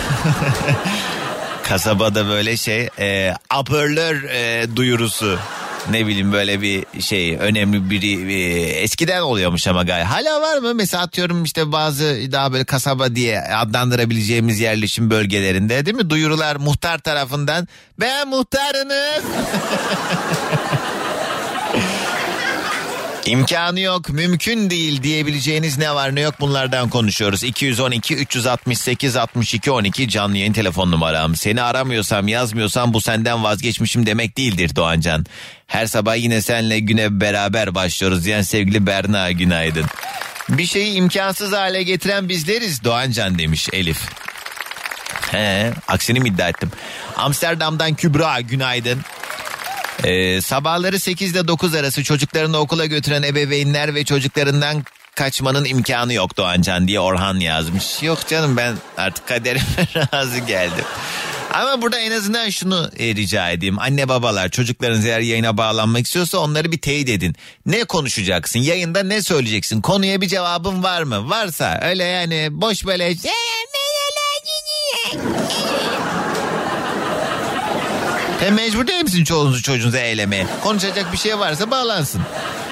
kasabada böyle hoparlör duyurusu. Ne bileyim, böyle bir şey, önemli biri eskiden oluyormuş ama galiba. Hala var mı? Mesela atıyorum işte bazı daha böyle kasaba diye adlandırabileceğimiz yerleşim bölgelerinde, değil mi? Duyurular muhtar tarafından. Ben muhtarınız. İmkanı yok, mümkün değil diyebileceğiniz ne var ne yok, bunlardan konuşuyoruz. 212 368 62 12 canlı yayın telefon numaram. Seni aramıyorsam, yazmıyorsam bu senden vazgeçmişim demek değildir Doğancan. Her sabah yine seninle güne beraber başlıyoruz diyen sevgili Berna, günaydın. Bir şeyi imkansız hale getiren bizleriz Doğancan demiş Elif. Aksini mi iddia ettim? Amsterdam'dan Kübra, günaydın. Sabahları 8 ile 9 arası çocuklarını okula götüren ebeveynler ve çocuklarından kaçmanın imkanı yok Doğancan diye Orhan yazmış. Yok canım, ben artık kaderime razı geldim. Ama burada en azından şunu rica edeyim. Anne babalar, çocuklarınız eğer yayına bağlanmak istiyorsa onları bir teyit edin. Ne konuşacaksın? Yayında ne söyleyeceksin? Konuya bir cevabın var mı? Varsa öyle yani boş böyle... mecbur değil misin çocuğunuzu eylemeye? Konuşacak bir şey varsa bağlansın.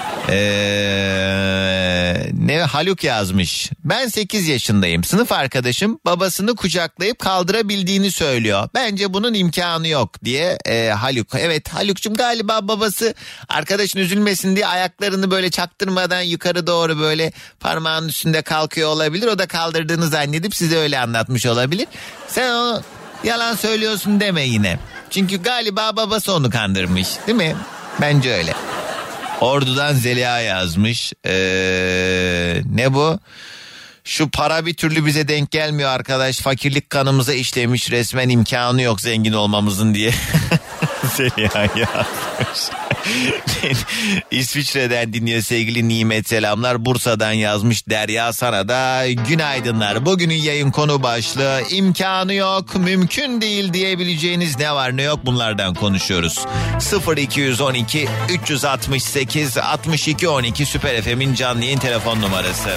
Haluk yazmış. Ben 8 yaşındayım. Sınıf arkadaşım babasını kucaklayıp kaldırabildiğini söylüyor. Bence bunun imkanı yok diye Haluk. Evet Haluk'cum, galiba babası arkadaşın üzülmesin diye ayaklarını böyle çaktırmadan yukarı doğru böyle parmağının üstünde kalkıyor olabilir. O da kaldırdığını zannedip size öyle anlatmış olabilir. Sen o yalan söylüyorsun deme yine. Çünkü galiba babası onu kandırmış, değil mi? Bence öyle. Ordu'dan Zeliha yazmış. Ne bu? Şu para bir türlü bize denk gelmiyor arkadaş. Fakirlik kanımıza işlemiş, resmen imkanı yok zengin olmamızın diye. Zeliha yazmış. İsviçre'den dinliyor sevgili Nimet, selamlar. Bursa'dan yazmış Derya, sana da günaydınlar. Bugünün yayın konu başlığı imkanı yok, mümkün değil diyebileceğiniz ne var ne yok, bunlardan konuşuyoruz. 0212 368 62 12 Süper FM'in canlı yayın telefon numarası.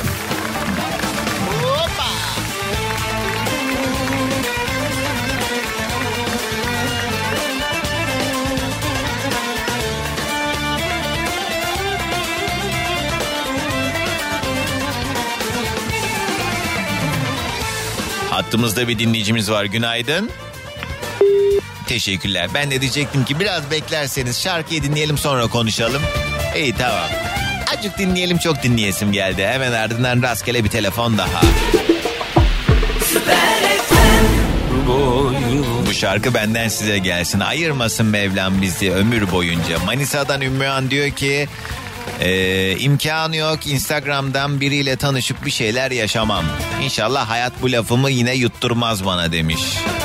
Hattımızda bir dinleyicimiz var. Günaydın. Teşekkürler. Ben de diyecektim ki biraz beklerseniz şarkıyı dinleyelim sonra konuşalım. İyi, tamam. Azıcık dinleyelim, çok dinleyesim geldi. Hemen ardından rastgele bir telefon daha. Bu şarkı benden size gelsin. Ayırmasın Mevlam bizi ömür boyunca. Manisa'dan Ümmühan diyor ki... imkanı yok, Instagram'dan biriyle tanışıp bir şeyler yaşamam. İnşallah hayat bu lafımı yine yutturmaz bana demiş.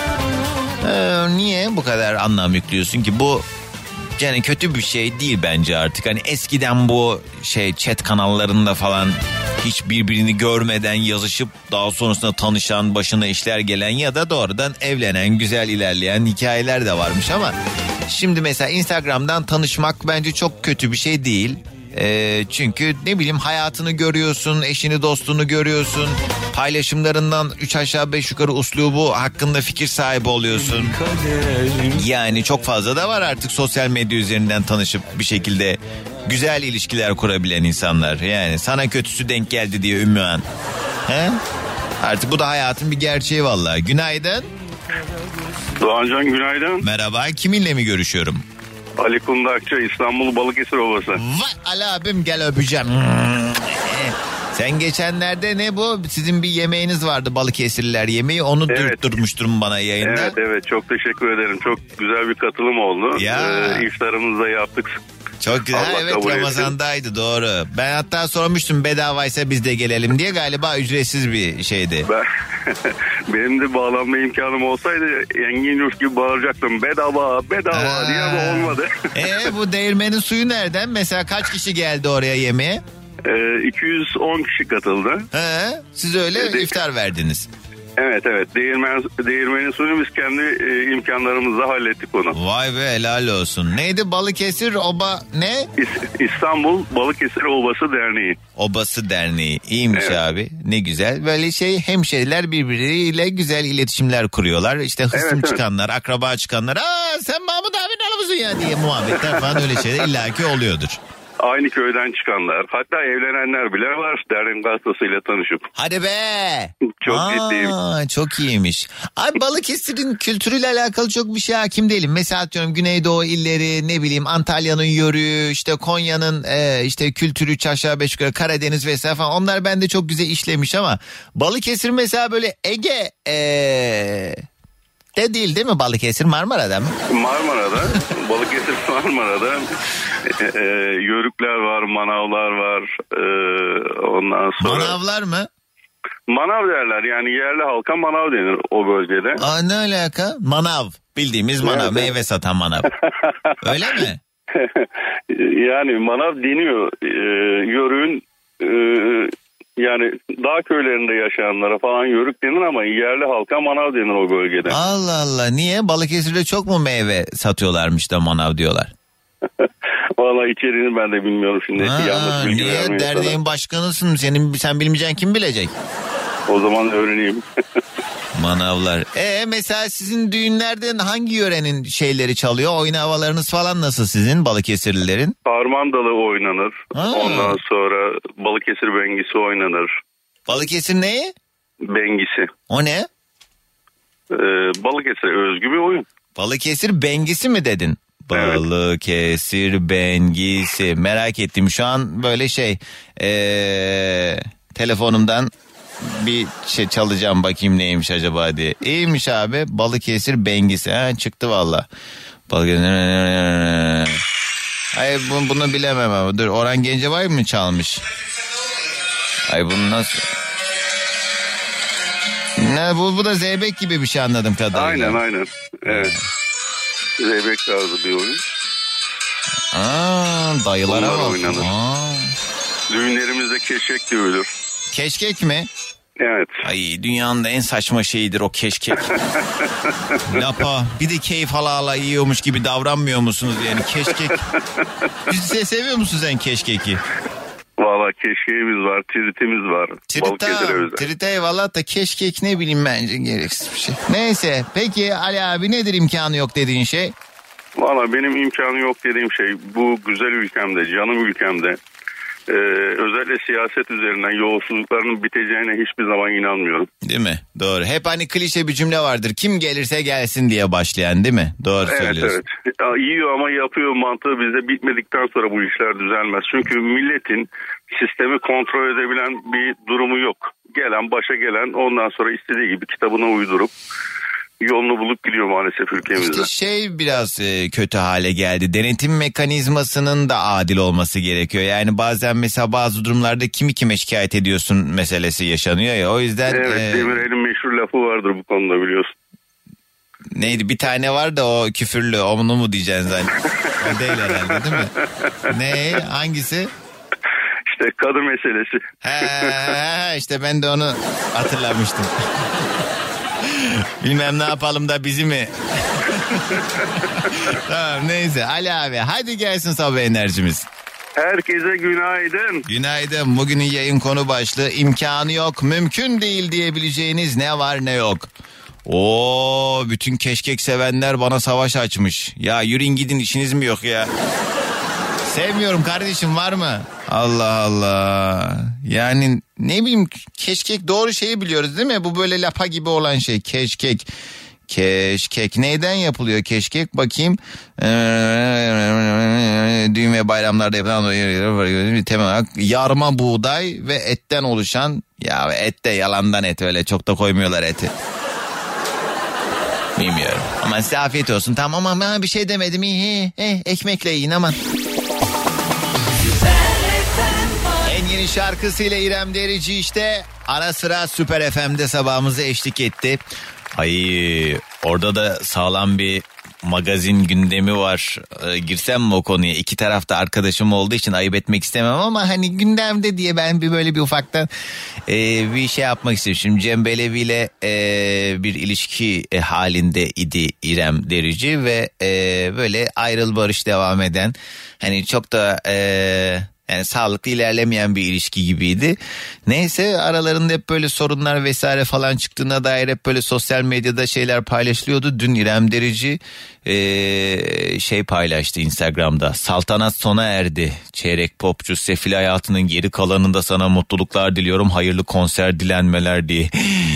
Niye bu kadar anlam yüklüyorsun ki? Bu yani kötü bir şey değil bence artık. Hani eskiden bu chat kanallarında falan hiç birbirini görmeden yazışıp daha sonrasında tanışan, başına işler gelen ya da doğrudan evlenen, güzel ilerleyen hikayeler de varmış ama şimdi mesela Instagram'dan tanışmak bence çok kötü bir şey değil. Çünkü ne bileyim, hayatını görüyorsun, eşini dostunu görüyorsun, paylaşımlarından 3 aşağı 5 yukarı uslubu hakkında fikir sahibi oluyorsun. Yani çok fazla da var artık sosyal medya üzerinden tanışıp bir şekilde güzel ilişkiler kurabilen insanlar. Yani sana kötüsü denk geldi diye Ümmühan. He? Artık bu da hayatın bir gerçeği vallahi. Günaydın. Doğancan günaydın. Merhaba, kiminle mi görüşüyorum? Ali Kundakçı, İstanbul Balıkesir Ovası. Vay Ali abim, gel öpeceğim. Sen geçenlerde ne bu? Sizin bir yemeğiniz vardı, Balıkesirliler yemeği. Onu durmuştun bana yayında. Evet çok teşekkür ederim. Çok güzel bir katılım oldu. İftarımızı da yaptık. Çok güzel. Allah, evet Ramazan'daydı, doğru. Ben hatta sormuştum bedavaysa biz de gelelim diye, galiba ücretsiz bir şeydi. Benim de bağlanma imkanım olsaydı Engin Yurt gibi bağıracaktım. Bedava diye ama olmadı. Bu değirmenin suyu nereden? Mesela kaç kişi geldi oraya yemeğe? 210 kişi katıldı. Siz öyle iftar verdiniz. Evet. Değirmenin suyunu biz kendi imkanlarımızla hallettik onu. Vay be, helal olsun. Neydi Balıkesir Oba ne? İstanbul Balıkesir Obası Derneği. Obası Derneği. İyiymiş abi. Ne güzel. Böyle hemşeriler birbiriyle güzel iletişimler kuruyorlar. İşte hısım çıkanlar, akraba çıkanlar. Sen Mahmut abinin oğlu musun ya diye muhabbetler falan, öyle şeyler illaki oluyordur. Aynı köyden çıkanlar, hatta evlenenler bile var derneğin gazetesiyle tanışıp. Hadi be. Çok ciddiyim. Çok iyiymiş. Abi Balıkesir'in kültürüyle alakalı çok bir şey hakim değilim. Mesela diyorum Güneydoğu illeri, ne bileyim Antalya'nın yörüğü, işte Konya'nın işte kültürü, 3 aşağı 5 yukarı, Karadeniz vesaire falan, onlar bende çok güzel işlemiş ama Balıkesir mesela böyle Ege de değil mi Balıkesir? Marmara'da mı? Marmara'da. Balıkesir Marmara'da. Yörükler var, manavlar var. Ondan sonra... Manavlar mı? Manav derler. Yani yerli halka manav denir o bölgede. Ne alaka? Manav. Bildiğimiz manav. Meyve satan manav. Öyle mi? Yani manav deniyor. Yörüğün Yani dağ köylerinde yaşayanlara falan yörük denir ama yerli halka manav denir o bölgede. Allah Allah, niye? Balıkesir'de çok mu meyve satıyorlarmış da manav diyorlar? Valla içeriğini ben de bilmiyorum şimdi. Niye? Derneğin başkanısın. Sen bilmeyeceksin, kim bilecek? O zaman öğreneyim. Manavlar. Mesela sizin düğünlerden hangi yörenin şeyleri çalıyor? Oyun havalarınız falan nasıl sizin Balıkesirlilerin? Harmandalı oynanır. Ondan sonra Balıkesir bengisi oynanır. Balıkesir neyi? Bengisi. O ne? Balıkesir özgü bir oyun. Balıkesir bengisi mi dedin? Evet. Balıkesir bengisi. Merak ettim şu an böyle telefonumdan bir şey çalacağım, bakayım neymiş acaba diye. İyiymiş abi, Balıkesir bengisi. Çıktı valla. Hayır bunu bilemem ama dur, Orhan Gencebay mı çalmış? Ay bunu nasıl? Ne bu da zeybek gibi bir şey anladım kadarıyla. Aynen. Evet. Zeybek tarzı bir oyun. Dayılara bak. Düğünlerimizde keşkek dövülür. Keşkek mi? Evet. Ay dünyanın da en saçma şeyidir o keşkek. Lapa. Bir de keyif ala yiyormuş gibi davranmıyor musunuz yani keşkek? Seviyor musun sen keşkeki? Valla keşkeğimiz var, tiritimiz var. Trite eyvallah da keşkek ne bileyim, bence gereksiz bir şey. Neyse, peki Ali abi nedir imkanı yok dediğin şey? Valla benim imkanı yok dediğim şey bu güzel ülkemde, canım ülkemde. Özellikle siyaset üzerinden yolsuzlukların biteceğine hiçbir zaman inanmıyorum. Değil mi? Doğru. Hep hani klişe bir cümle vardır. Kim gelirse gelsin diye başlayan, değil mi? Doğru söylüyorsun. Evet. Yiyor ama yapıyor mantığı bizde bitmedikten sonra bu işler düzelmez. Çünkü milletin sistemi kontrol edebilen bir durumu yok. Başa gelen ondan sonra istediği gibi kitabına uydurup yolunu bulup gidiyor maalesef ülkemizde. İşte biraz kötü hale geldi. Denetim mekanizmasının da adil olması gerekiyor. Yani bazen mesela bazı durumlarda kimi kime şikayet ediyorsun meselesi yaşanıyor ya. O yüzden... Evet, Demirel'in meşhur lafı vardır bu konuda, biliyorsun. Neydi? Bir tane var da o küfürlü. Onu mu diyeceksin zaten? O değil herhalde, değil mi? Ne? Hangisi? İşte kadın meselesi. İşte ben de onu hatırlamıştım. Bilmem ne yapalım da bizi mi? Tamam, neyse Ali abi hadi gelsin sabah enerjimiz. Herkese günaydın. Günaydın. Bugünün yayın konu başlığı imkanı yok, mümkün değil diyebileceğiniz ne var ne yok. Bütün keşkek sevenler bana savaş açmış. Ya yürüyün gidin, işiniz mi yok ya? Sevmiyorum kardeşim, var mı? Allah Allah. Yani ne bileyim, keşkek doğru şeyi biliyoruz değil mi? Bu böyle lapa gibi olan şey keşkek. Keşkek neyden yapılıyor keşkek? Bakayım. Düğün ve bayramlarda yapılan temel olarak yarma buğday ve etten oluşan, ya et de yalandan et, öyle çok da koymuyorlar eti. Bilmiyorum. Ama size afiyet olsun. Tamam ama bir şey demedim. Ekmekle yiyin aman. En yeni şarkısıyla İrem Derici işte ara sıra Süper FM'de sabahımıza eşlik etti. Ay orada da sağlam bir magazin gündemi var. Girsem mi o konuya? İki tarafta arkadaşım olduğu için ayıp etmek istemem ama hani gündemde diye ben böyle bir ufaktan bir şey yapmak istiyorum. Şimdi Cem Belevi ile bir ilişki halinde idi İrem Derici ve böyle ayrıl barış devam eden, hani çok da yani sağlıklı ilerlemeyen bir ilişki gibiydi. Neyse aralarında hep böyle sorunlar vesaire falan çıktığına dair hep böyle sosyal medyada şeyler paylaşılıyordu. Dün İrem Derici paylaştı Instagram'da. Saltanat sona erdi. Çeyrek popçu sefil hayatının geri kalanında sana mutluluklar diliyorum. Hayırlı konser dilenmeler diye.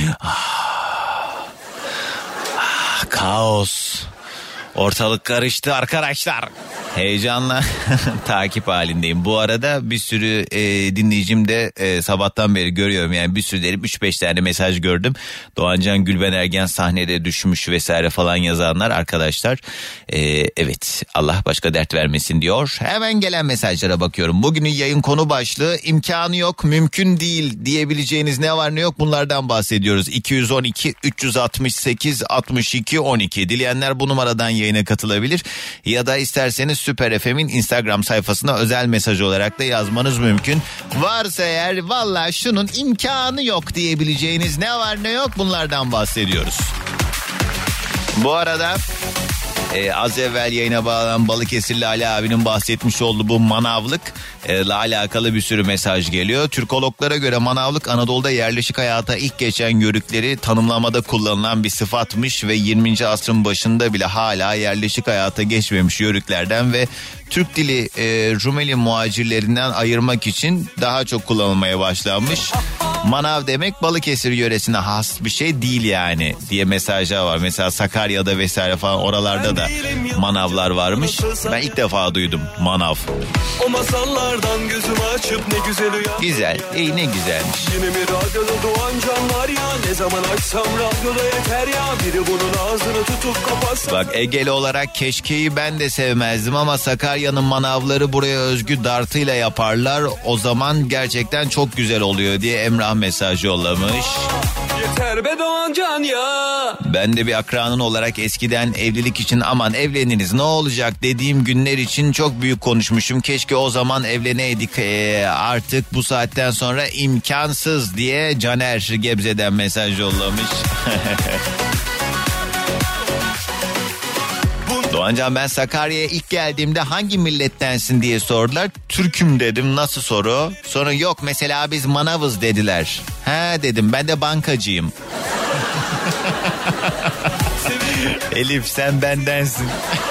Kaos. Ortalık karıştı arkadaşlar. Heyecanla takip halindeyim. Bu arada bir sürü dinleyicim de sabahtan beri görüyorum. Yani bir sürü derip 3-5 tane mesaj gördüm. Doğancan Gülben Ergen sahnede düşmüş vesaire falan yazanlar arkadaşlar. Evet, Allah başka dert vermesin diyor. Hemen gelen mesajlara bakıyorum. Bugünün yayın konu başlığı imkanı yok, mümkün değil diyebileceğiniz ne var ne yok, bunlardan bahsediyoruz. 212 368 62 12. Dileyenler bu numaradan yayına katılabilir. Ya da isterseniz Süper FM'in Instagram sayfasına özel mesaj olarak da yazmanız mümkün. Varsa eğer valla şunun imkanı yok diyebileceğiniz ne var ne yok bunlardan bahsediyoruz. Bu arada az evvel yayına bağlanan Balıkesirli Ali abinin bahsetmiş olduğu bu manavlık ile alakalı bir sürü mesaj geliyor. Türkologlara göre manavlık Anadolu'da yerleşik hayata ilk geçen yörükleri tanımlamada kullanılan bir sıfatmış ve 20. asrın başında bile hala yerleşik hayata geçmemiş yörüklerden ve Türk dili Rumeli muhacirlerinden ayırmak için daha çok kullanılmaya başlanmış. Manav demek Balıkesir yöresine has bir şey değil yani diye mesajlar var. Mesela Sakarya'da vesaire falan oralarda da manavlar varmış. Ben ilk defa duydum manav. O masallardan gözümü açıp ne güzel uyan. Güzel, ne güzelmiş. Yine mi radyoda doğan can var ya, ne zaman açsam radyoda yeter ya, biri bunun ağzını tutup kapatsa. Bak Egeli olarak keşkeyi ben de sevmezdim ama Sakarya'nın manavları buraya özgü dartıyla yaparlar. O zaman gerçekten çok güzel oluyor diye Emrah mesaj yollamış. Yeter be doğan can ya. Ben de bir akranın olarak eskiden evlilik için aman evleniriz ne olacak dediğim günler için çok büyük konuşmuşum. Keşke o zaman evleneydik, artık bu saatten sonra imkansız diye Caner Gebze'den mesaj yollamış. Doğancan ben Sakarya'ya ilk geldiğimde hangi millettensin diye sordular. Türk'üm dedim, nasıl soru? Sonra yok mesela biz manavız dediler. He dedim ben de bankacıyım. Elif sen bendensin.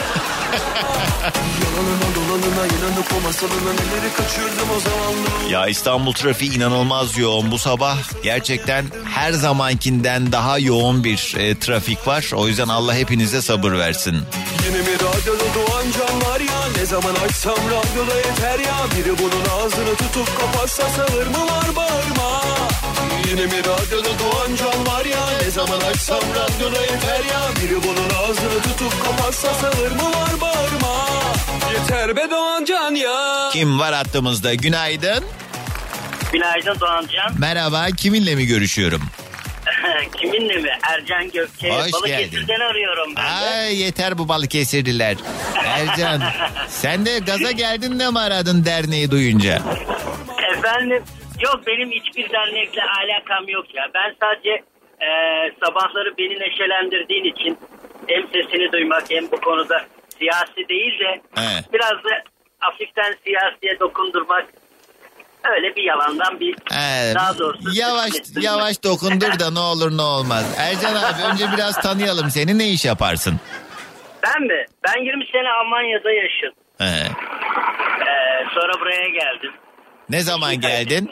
Ya İstanbul trafiği inanılmaz yoğun bu sabah. Gerçekten her zamankinden daha yoğun bir trafik var. O yüzden Allah hepinize sabır versin. Yine mi radyoda doğan can var ya, ne zaman açsam radyoda yeter ya, biri bunun ağzını tutup kapatsa sağır mı var bağırma. Yine mi radyoda doğan can var ya, ne zaman açsam radyoda yeter ya, biri bunun ağzını tutup kapatsa sağır mı var bağırma. Yeter be doğan can ya. Kim var hattımızda? Günaydın. Günaydın Doğancan. Merhaba, kiminle mi görüşüyorum? Kiminle mi? Ercan Gökçe. Hoş Balıkesir'den arıyorum ben de. Ay yeter bu Balıkesirliler. Ercan sen de gaza geldin de mi aradın derneği duyunca? Efendim yok, benim hiçbir dernekle alakam yok ya. Ben sadece sabahları beni neşelendirdiğin için hem sesini duymak hem bu konuda siyasi değil de biraz da hafiften siyasiye dokundurmak. Öyle bir yalandan bir daha doğrusu. Yavaş dokundur da ne olur ne olmaz. Ercan abi önce biraz tanıyalım seni, ne iş yaparsın? Ben mi? Ben 20 sene Almanya'da yaşadım. Sonra buraya geldim. Ne zaman geldin?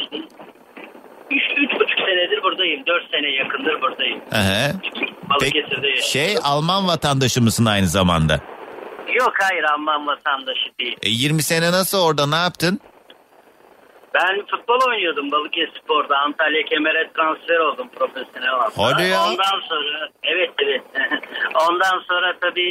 3,5 senedir buradayım. 4 sene yakındır buradayım. Balıkesir'de yaşıyorum. Alman vatandaşı mısın aynı zamanda? Yok hayır, Alman vatandaşı değil. 20 sene nasıl orada, ne yaptın? Ben futbol oynuyordum Balıkesir'de. Antalya Kemer'e transfer oldum profesyonel olarak. Hadi ya. Ondan sonra evet. Ondan sonra tabii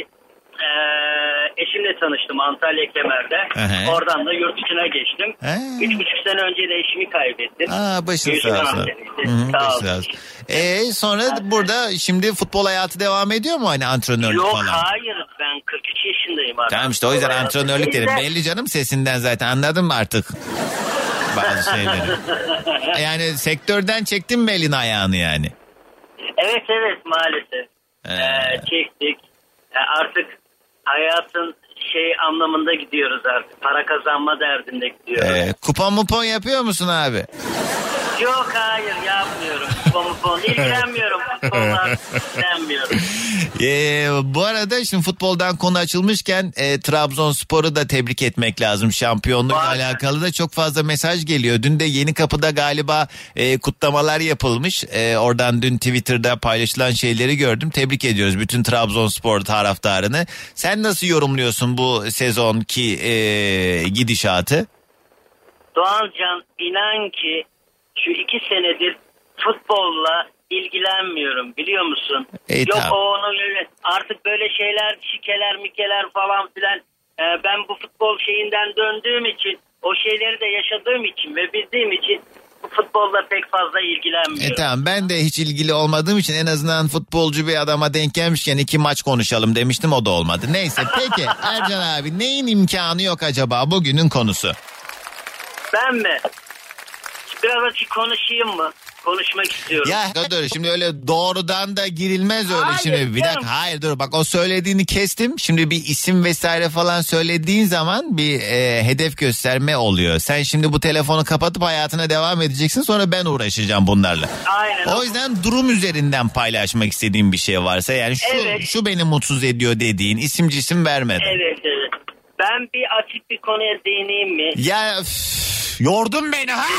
eşimle tanıştım Antalya Kemer'de. Oradan da yurt dışına geçtim. 3,5 sene önce de eşimi kaybettim. Başın sağ olsun. Sağ olsun. Sonra burada şimdi futbol hayatı devam ediyor mu, hani antrenörlük falan? Yok hayır, ben 43 yaşındayım artık. Tamam işte o yüzden antrenörlük dedim. Belli canım sesinden zaten, anladın mı artık? Bazı şeyleri. Yani sektörden çektin mi elini ayağını yani? Evet maalesef. Çektik. Artık hayatın anlamında gidiyoruz artık. Para kazanma derdinde gidiyoruz. Kupon yapıyor musun abi? Yok hayır yapmıyorum. Kupon ilgilenmiyorum. Futbolla ilgilenmiyorum. Bu arada şimdi futboldan konu açılmışken Trabzonspor'u da tebrik etmek lazım. Şampiyonlukla alakalı da çok fazla mesaj geliyor. Dün de Yenikapı'da galiba kutlamalar yapılmış. Oradan dün Twitter'da paylaşılan şeyleri gördüm. Tebrik ediyoruz bütün Trabzonspor taraftarını. Sen nasıl yorumluyorsun bu sezonki gidişatı? Doğancan inan ki şu 2 senedir futbolla ilgilenmiyorum, biliyor musun? Yok tamam. Onu artık böyle şeyler, şikeler falan filan. Ben bu futbol şeyinden döndüğüm için, o şeyleri de yaşadığım için ve bildiğim için futbolla pek fazla ilgilenmiyorum. Tamam, ben de hiç ilgili olmadığım için en azından futbolcu bir adama denk gelmişken 2 maç konuşalım demiştim, o da olmadı. Neyse peki Ercan abi, neyin imkanı yok acaba bugünün konusu? Ben mi? Biraz açık konuşayım mı? Konuşmak istiyorum. Ya dur, şimdi öyle doğrudan da girilmez öyle. Hayır, Şimdi bir dakika, hayır dur, bak o söylediğini kestim. Şimdi bir isim vesaire falan söylediğin zaman bir hedef gösterme oluyor. Sen şimdi bu telefonu kapatıp hayatına devam edeceksin, sonra ben uğraşacağım bunlarla. Aynen. O yüzden durum üzerinden paylaşmak istediğin bir şey varsa, yani şu beni mutsuz ediyor dediğin, isim cisim vermeden. Evet. Ben bir açık bir konuya değineyim mi? Ya yordun beni ha.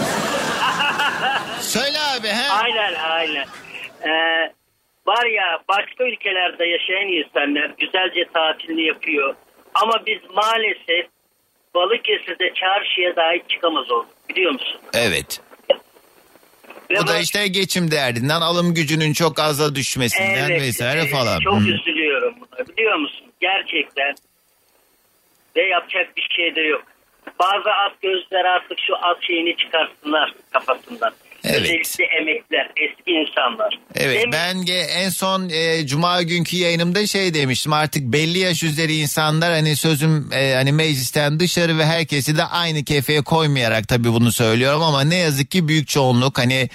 Söyle abi ha. Aynen. Var ya, başka ülkelerde yaşayan insanlar güzelce tatilini yapıyor. Ama biz maalesef Balıkesir'de çarşıya dahi çıkamaz olduk, biliyor musun? Evet. Bu da işte geçim derdinden, alım gücünün çok aza düşmesinden vesaire falan. Çok üzülüyorum buna, biliyor musun? Gerçekten. Ve yapacak bir şey de yok. Bazı at gözler artık şu at şeyini çıkarsınlar kafasından. Evet. Özellikle emekliler, eski insanlar. Evet, ben en son Cuma günkü yayınımda şey demiştim, artık belli yaş üzeri insanlar hani sözüm hani meclisten dışarı ve herkesi de aynı kefeye koymayarak tabii bunu söylüyorum, ama ne yazık ki büyük çoğunluk hani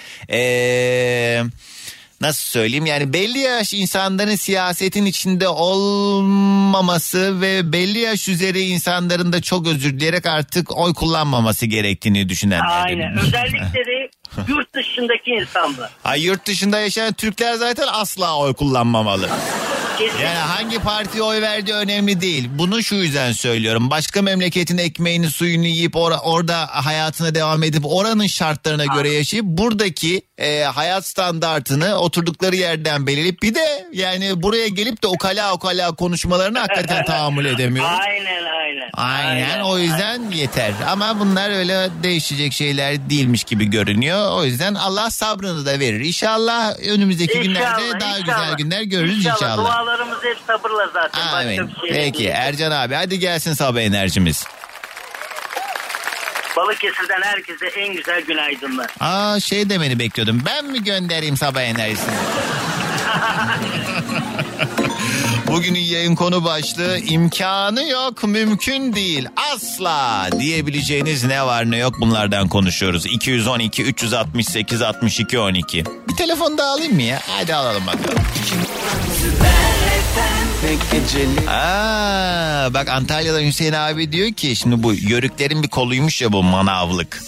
nasıl söyleyeyim, yani belli yaş insanların siyasetin içinde olmaması ve belli yaş üzeri insanların da çok özür dileyerek artık oy kullanmaması gerektiğini düşünenler. Aynen, özellikle de yurt dışındaki insanlar. Yurt dışında yaşayan Türkler zaten asla oy kullanmamalı. Kesinlikle. Yani hangi partiye oy verdiği önemli değil. Bunu şu yüzden söylüyorum. Başka memleketin ekmeğini suyunu yiyip orada hayatına devam edip oranın şartlarına göre yaşayıp buradaki hayat standartını oturdukları yerden belirleyip bir de yani buraya gelip de ukala konuşmalarını hakikaten tahammül edemiyorum. Aynen, o yüzden yeter. Ama bunlar öyle değişecek şeyler değilmiş gibi görünüyor. O yüzden Allah sabrını da verir. İnşallah önümüzdeki günlerde daha güzel günler görürüz inşallah. Dualarımız hep sabırla zaten. Amin. Başka bir şey Peki değil. Ercan abi, hadi gelsin sabah enerjimiz. Balıkesir'den herkese en güzel günaydınlar. Şey demeni bekliyordum. Ben mi göndereyim sabah enerjisini? Bugünün yayın konu başlığı imkanı yok, mümkün değil, asla diyebileceğiniz ne var ne yok, bunlardan konuşuyoruz. 212 368 62 12. Bir telefon daha alayım mı ya? Hadi alalım bakalım. Bak Antalya'dan Hüseyin abi diyor ki, şimdi bu yörüklerin bir koluymuş ya bu manavlık.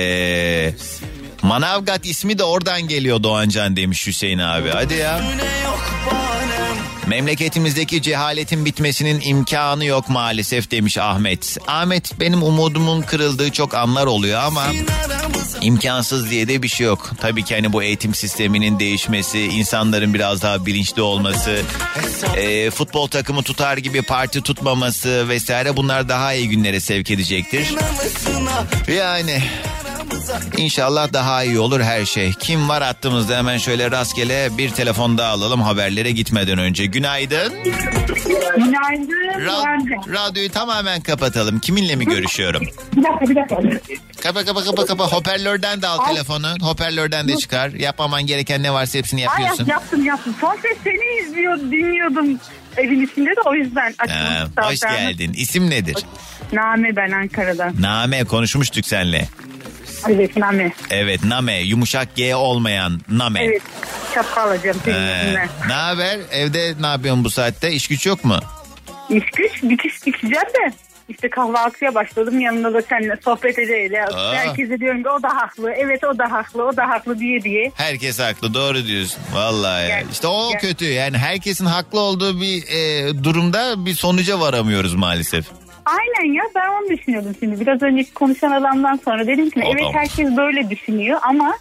Manavgat ismi de oradan geliyor Doğancan demiş Hüseyin abi. Hadi ya. Memleketimizdeki cehaletin bitmesinin imkanı yok maalesef demiş Ahmet. Ahmet, benim umudumun kırıldığı çok anlar oluyor ama imkansız diye de bir şey yok. Tabii ki hani bu eğitim sisteminin değişmesi, insanların biraz daha bilinçli olması, futbol takımı tutar gibi parti tutmaması vesaire, bunlar daha iyi günlere sevk edecektir. Yani İnşallah daha iyi olur her şey. Kim var hattımızda? Hemen şöyle rastgele bir telefon daha alalım haberlere gitmeden önce. Günaydın. Günaydın. Radyoyu tamamen kapatalım. Kiminle mi görüşüyorum? Bir dakika. Kapa. Hoparlörden de al telefonu. Hoparlörden de çıkar. Yapmaman gereken ne varsa hepsini yapıyorsun. Yaptım. Son ses seni dinliyordum evin içinde de, o yüzden açtım. Hoş geldin. İsim nedir? Name, ben Ankara'dan. Name, konuşmuştuk seninle. Evet, Name. Evet, Name. Yumuşak G olmayan Name. Evet, şapka alacağım senin. Ne haber? Evde ne yapıyorsun bu saatte? İş güç yok mu? İş güç, dikiş dikeceğim de. İşte kahvaltıya başladım, yanında da seninle sohbet edeyle. Herkese diyorum ki o da haklı, evet o da haklı diye. Herkes haklı, doğru diyorsun. Vallahi ya. İşte o kötü, yani herkesin haklı olduğu bir durumda bir sonuca varamıyoruz maalesef. Aynen ya, ben onu düşünüyordum şimdi. Biraz önce konuşan adamdan sonra dedim ki evet herkes böyle düşünüyor ama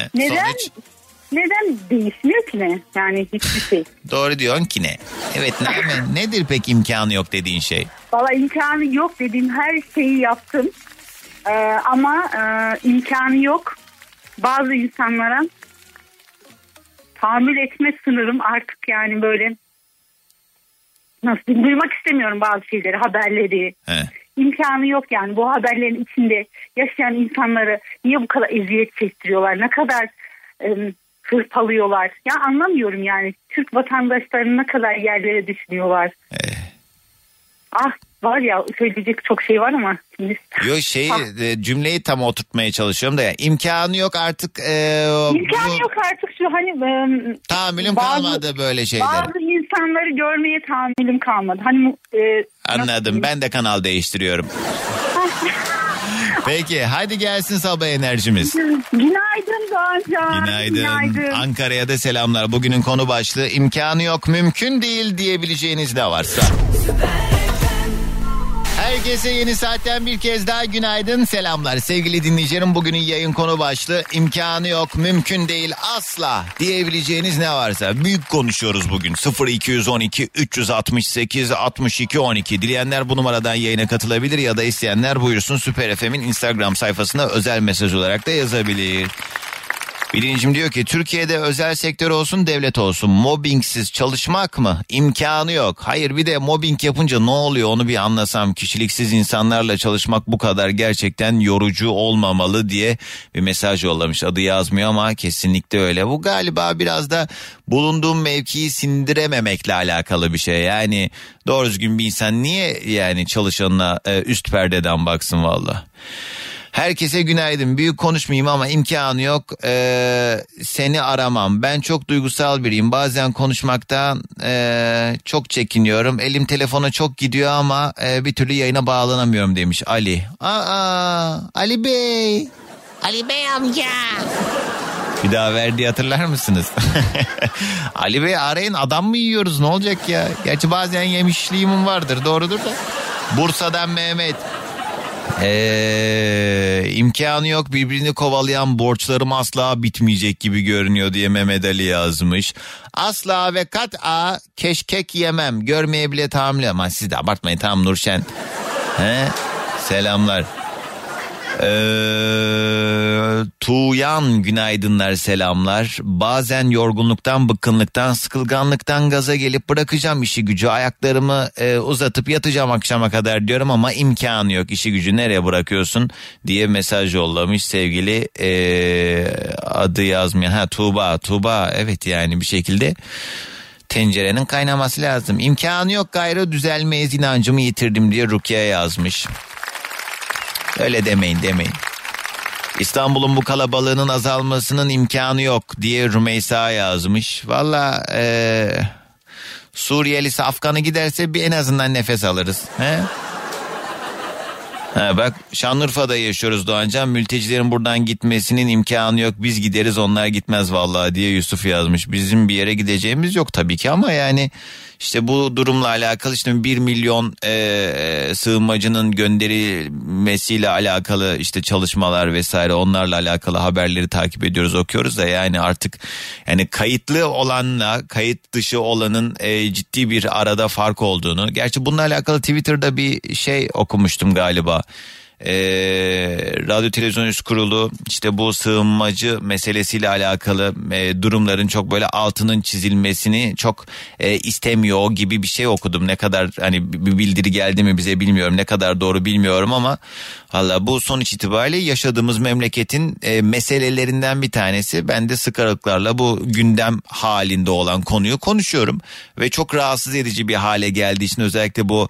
neden değişmiyor ki ne? Yani hiçbir şey. Doğru diyorsun ki ne? Evet, nedir pek imkanı yok dediğin şey? Valla imkanı yok dediğim her şeyi yaptım. Ama imkanı yok. Bazı insanlara tahammül etme sınırım artık, yani böyle nasıl duymak istemiyorum bazı şeyleri, haberleri. imkanı yok yani. Bu haberlerin içinde yaşayan insanları niye bu kadar eziyet çektiriyorlar? Ne kadar hırpalıyorlar? Ya anlamıyorum yani. Türk vatandaşlarını ne kadar yerlere düşürüyorlar. Ah var ya, söyleyecek çok şey var ama. Cümleyi tam oturtmaya çalışıyorum da yani imkanı yok artık. İmkanı yok artık şu hani. Tahammülüm kalmadı böyle şeylere. Bazı insanları görmeye tahammülüm kalmadı. Hani anladım, ben de kanal değiştiriyorum. Peki hadi gelsin sabah enerjimiz. Günaydın Doğancan. Günaydın. Ankara'ya da selamlar. Bugünün konu başlığı imkanı yok, mümkün değil diyebileceğiniz ne varsa. Herkese yeni saatten bir kez daha günaydın, selamlar. Sevgili dinleyicilerim, bugünün yayın konu başlığı imkanı yok, mümkün değil, asla diyebileceğiniz ne varsa. Büyük konuşuyoruz bugün. 0212 368 62 12. Dileyenler bu numaradan yayına katılabilir ya da isteyenler buyursun Süper FM'in Instagram sayfasına özel mesaj olarak da yazabilir. Bilincim diyor ki Türkiye'de özel sektör olsun devlet olsun mobbingsiz çalışmak mı? İmkanı yok. Hayır, bir de mobbing yapınca ne oluyor onu bir anlasam. Kişiliksiz insanlarla çalışmak bu kadar gerçekten yorucu olmamalı diye bir mesaj yollamış. Adı yazmıyor ama kesinlikle öyle. Bu galiba biraz da bulunduğum mevkiyi sindirememekle alakalı bir şey. Yani doğru düzgün bir insan niye yani çalışanına üst perdeden baksın valla. Herkese günaydın. Büyük konuşmayayım ama imkanı yok. Seni aramam. Ben çok duygusal biriyim. Bazen konuşmaktan çok çekiniyorum. Elim telefona çok gidiyor ama bir türlü yayına bağlanamıyorum demiş Ali. Ali Bey. Ali Bey amca. Bir daha verdiği hatırlar mısınız? Ali Bey arayın, adam mı yiyoruz, ne olacak ya? Gerçi bazen yemişliğim vardır, doğrudur da. Bursa'dan Mehmet. İmkanı yok, birbirini kovalayan borçlarım asla bitmeyecek gibi görünüyor diye Mehmet Ali yazmış. Asla ve kat'a keşkek yemem, görmeye bile tahammül. Ama siz de abartmayın tamam Nurşen. Selamlar. Tuğyan günaydınlar, selamlar. Bazen yorgunluktan, bıkkınlıktan, sıkılganlıktan gaza gelip bırakacağım işi gücü, ayaklarımı uzatıp yatacağım akşama kadar diyorum ama imkanı yok. İşi gücü nereye bırakıyorsun diye mesaj yollamış sevgili adı yazmayan Tuğba. Evet, yani bir şekilde tencerenin kaynaması lazım. İmkanı yok gayrı, düzelmeyiz, inancımı yitirdim diye Rukiye yazmış. Öyle demeyin. İstanbul'un bu kalabalığının azalmasının imkanı yok diye Rümeysa yazmış. Valla Suriyelisi Afganı giderse bir en azından nefes alırız. Bak Şanlıurfa'da yaşıyoruz Doğancan. Mültecilerin buradan gitmesinin imkanı yok. Biz gideriz, onlar gitmez vallahi diye Yusuf yazmış. Bizim bir yere gideceğimiz yok tabii ki ama yani işte bu durumla alakalı işte 1 milyon sığınmacının gönderilmesiyle alakalı işte çalışmalar vesaire, onlarla alakalı haberleri takip ediyoruz, okuyoruz da yani artık yani kayıtlı olanla kayıt dışı olanın ciddi bir arada fark olduğunu. Gerçi bununla alakalı Twitter'da bir şey okumuştum galiba. Radyo Televizyon Üst Kurulu işte bu sığınmacı meselesiyle alakalı durumların çok böyle altının çizilmesini çok istemiyor gibi bir şey okudum. Ne kadar hani bir bildiri geldi mi bize bilmiyorum, ne kadar doğru bilmiyorum ama valla bu sonuç itibariyle yaşadığımız memleketin meselelerinden bir tanesi. Ben de sık aralıklarla bu gündem halinde olan konuyu konuşuyorum ve çok rahatsız edici bir hale geldiği için özellikle bu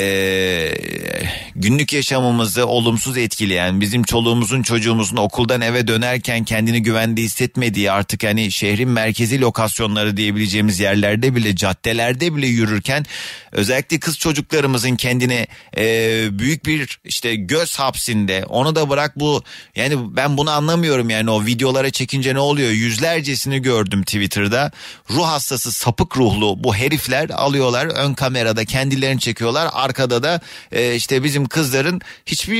günlük yaşamımızı olumsuz etkileyen, bizim çoluğumuzun çocuğumuzun okuldan eve dönerken kendini güvende hissetmediği, artık hani şehrin merkezi lokasyonları diyebileceğimiz yerlerde bile, caddelerde bile yürürken özellikle kız çocuklarımızın kendine büyük bir işte göz hapsinde, onu da bırak bu yani ben bunu anlamıyorum yani o videolara çekince ne oluyor, yüzlercesini gördüm Twitter'da. Ruh hastası, sapık ruhlu bu herifler alıyorlar, ön kamerada kendilerini çekiyorlar, arkada da işte bizim kızların hiçbir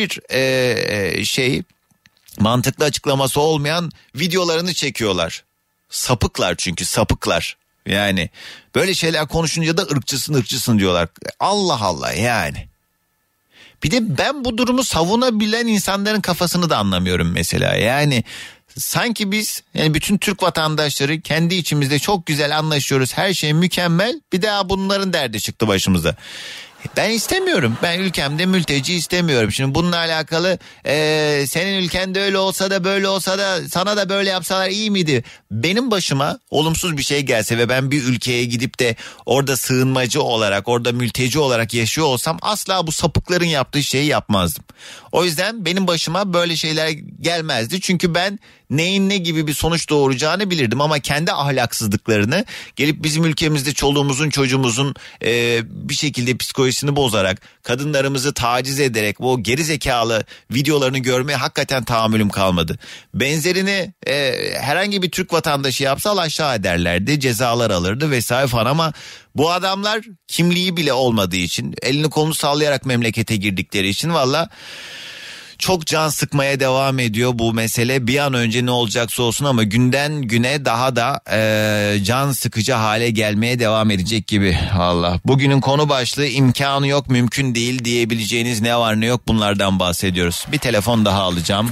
mantıklı açıklaması olmayan videolarını çekiyorlar. Sapıklar, çünkü sapıklar. Yani böyle şeyler konuşunca da ırkçısın diyorlar. Allah Allah yani. Bir de ben bu durumu savunabilen insanların kafasını da anlamıyorum mesela. Yani sanki biz yani bütün Türk vatandaşları kendi içimizde çok güzel anlaşıyoruz. Her şey mükemmel. Bir daha bunların derdi çıktı başımıza. Ben istemiyorum. Ben ülkemde mülteci istemiyorum. Şimdi bununla alakalı senin ülkende öyle olsa da böyle olsa da sana da böyle yapsalar iyi miydi? Benim başıma olumsuz bir şey gelse ve ben bir ülkeye gidip de orada sığınmacı olarak, orada mülteci olarak yaşıyor olsam asla bu sapıkların yaptığı şeyi yapmazdım. O yüzden benim başıma böyle şeyler gelmezdi. Çünkü ben neyin ne gibi bir sonuç doğuracağını bilirdim. Ama kendi ahlaksızlıklarını gelip bizim ülkemizde çoluğumuzun çocuğumuzun bir şekilde psikolojisini bozarak, kadınlarımızı taciz ederek bu gerizekalı videolarını görmeye hakikaten tahammülüm kalmadı. Benzerini herhangi bir Türk vatandaşı yapsa aşağı ederlerdi, cezalar alırdı vesaire falan ama bu adamlar kimliği bile olmadığı için, elini kolunu sallayarak memlekete girdikleri için valla çok can sıkmaya devam ediyor bu mesele. Bir an önce ne olacaksa olsun ama günden güne daha da can sıkıcı hale gelmeye devam edecek gibi. Allah. Bugünün konu başlığı imkanı yok, mümkün değil diyebileceğiniz ne var ne yok bunlardan bahsediyoruz. Bir telefon daha alacağım.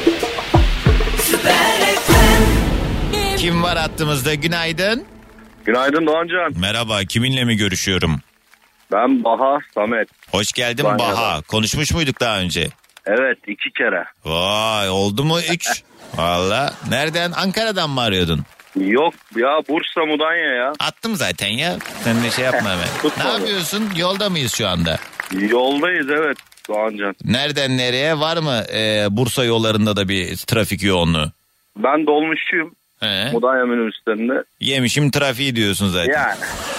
Kim var hattımızda? Günaydın. Günaydın Doğancan. Merhaba, kiminle mi görüşüyorum? Ben Baha Samet. Hoş geldin Baha. Konuşmuş muyduk daha önce? Evet, 2 kere. Vay, oldu mu 3? Valla. Nereden? Ankara'dan mı arıyordun? Yok ya, Bursa Mudanya ya. Attım zaten ya. Sen de şey yapma hemen. Ne yapıyorsun? Yolda mıyız şu anda? Yoldayız evet Doğancan. Nereden nereye? Var mı Bursa yollarında da bir trafik yoğunluğu? Ben dolmuşçuyum. Mudanya minibüslerinde. Yemişim trafiği diyorsun zaten. Yani.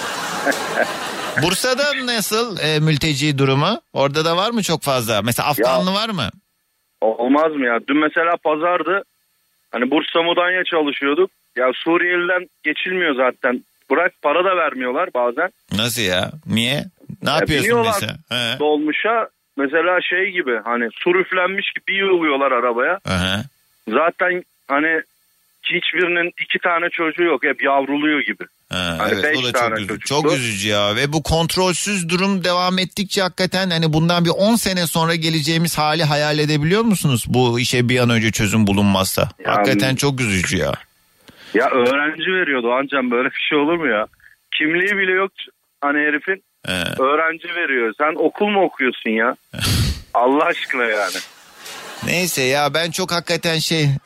Bursa'da nasıl mülteci durumu? Orada da var mı çok fazla? Mesela Afganlı var mı? Olmaz mı ya? Dün mesela pazardı. Hani Bursa Mudanya çalışıyorduk. Ya Suriyeli'den geçilmiyor zaten. Bırak para da vermiyorlar bazen. Nasıl ya? Niye? Ne yapıyorsun mesela? Dolmuşa mesela şey gibi hani su üflenmiş gibi yığılıyorlar arabaya. Zaten hani hiçbirinin 2 tane çocuğu yok. Hep yavruluyor gibi. Hani evet, o da çok üzücü ya. Ve bu kontrolsüz durum devam ettikçe hakikaten hani bundan bir 10 sene sonra geleceğimiz hali hayal edebiliyor musunuz? Bu işe bir an önce çözüm bulunmazsa. Yani, hakikaten çok üzücü ya. Ya öğrenci veriyordu Doğancan, böyle bir şey olur mu ya? Kimliği bile yok hani herifin. Öğrenci veriyor. Sen okul mu okuyorsun ya? Allah aşkına yani. Neyse ya, ben çok hakikaten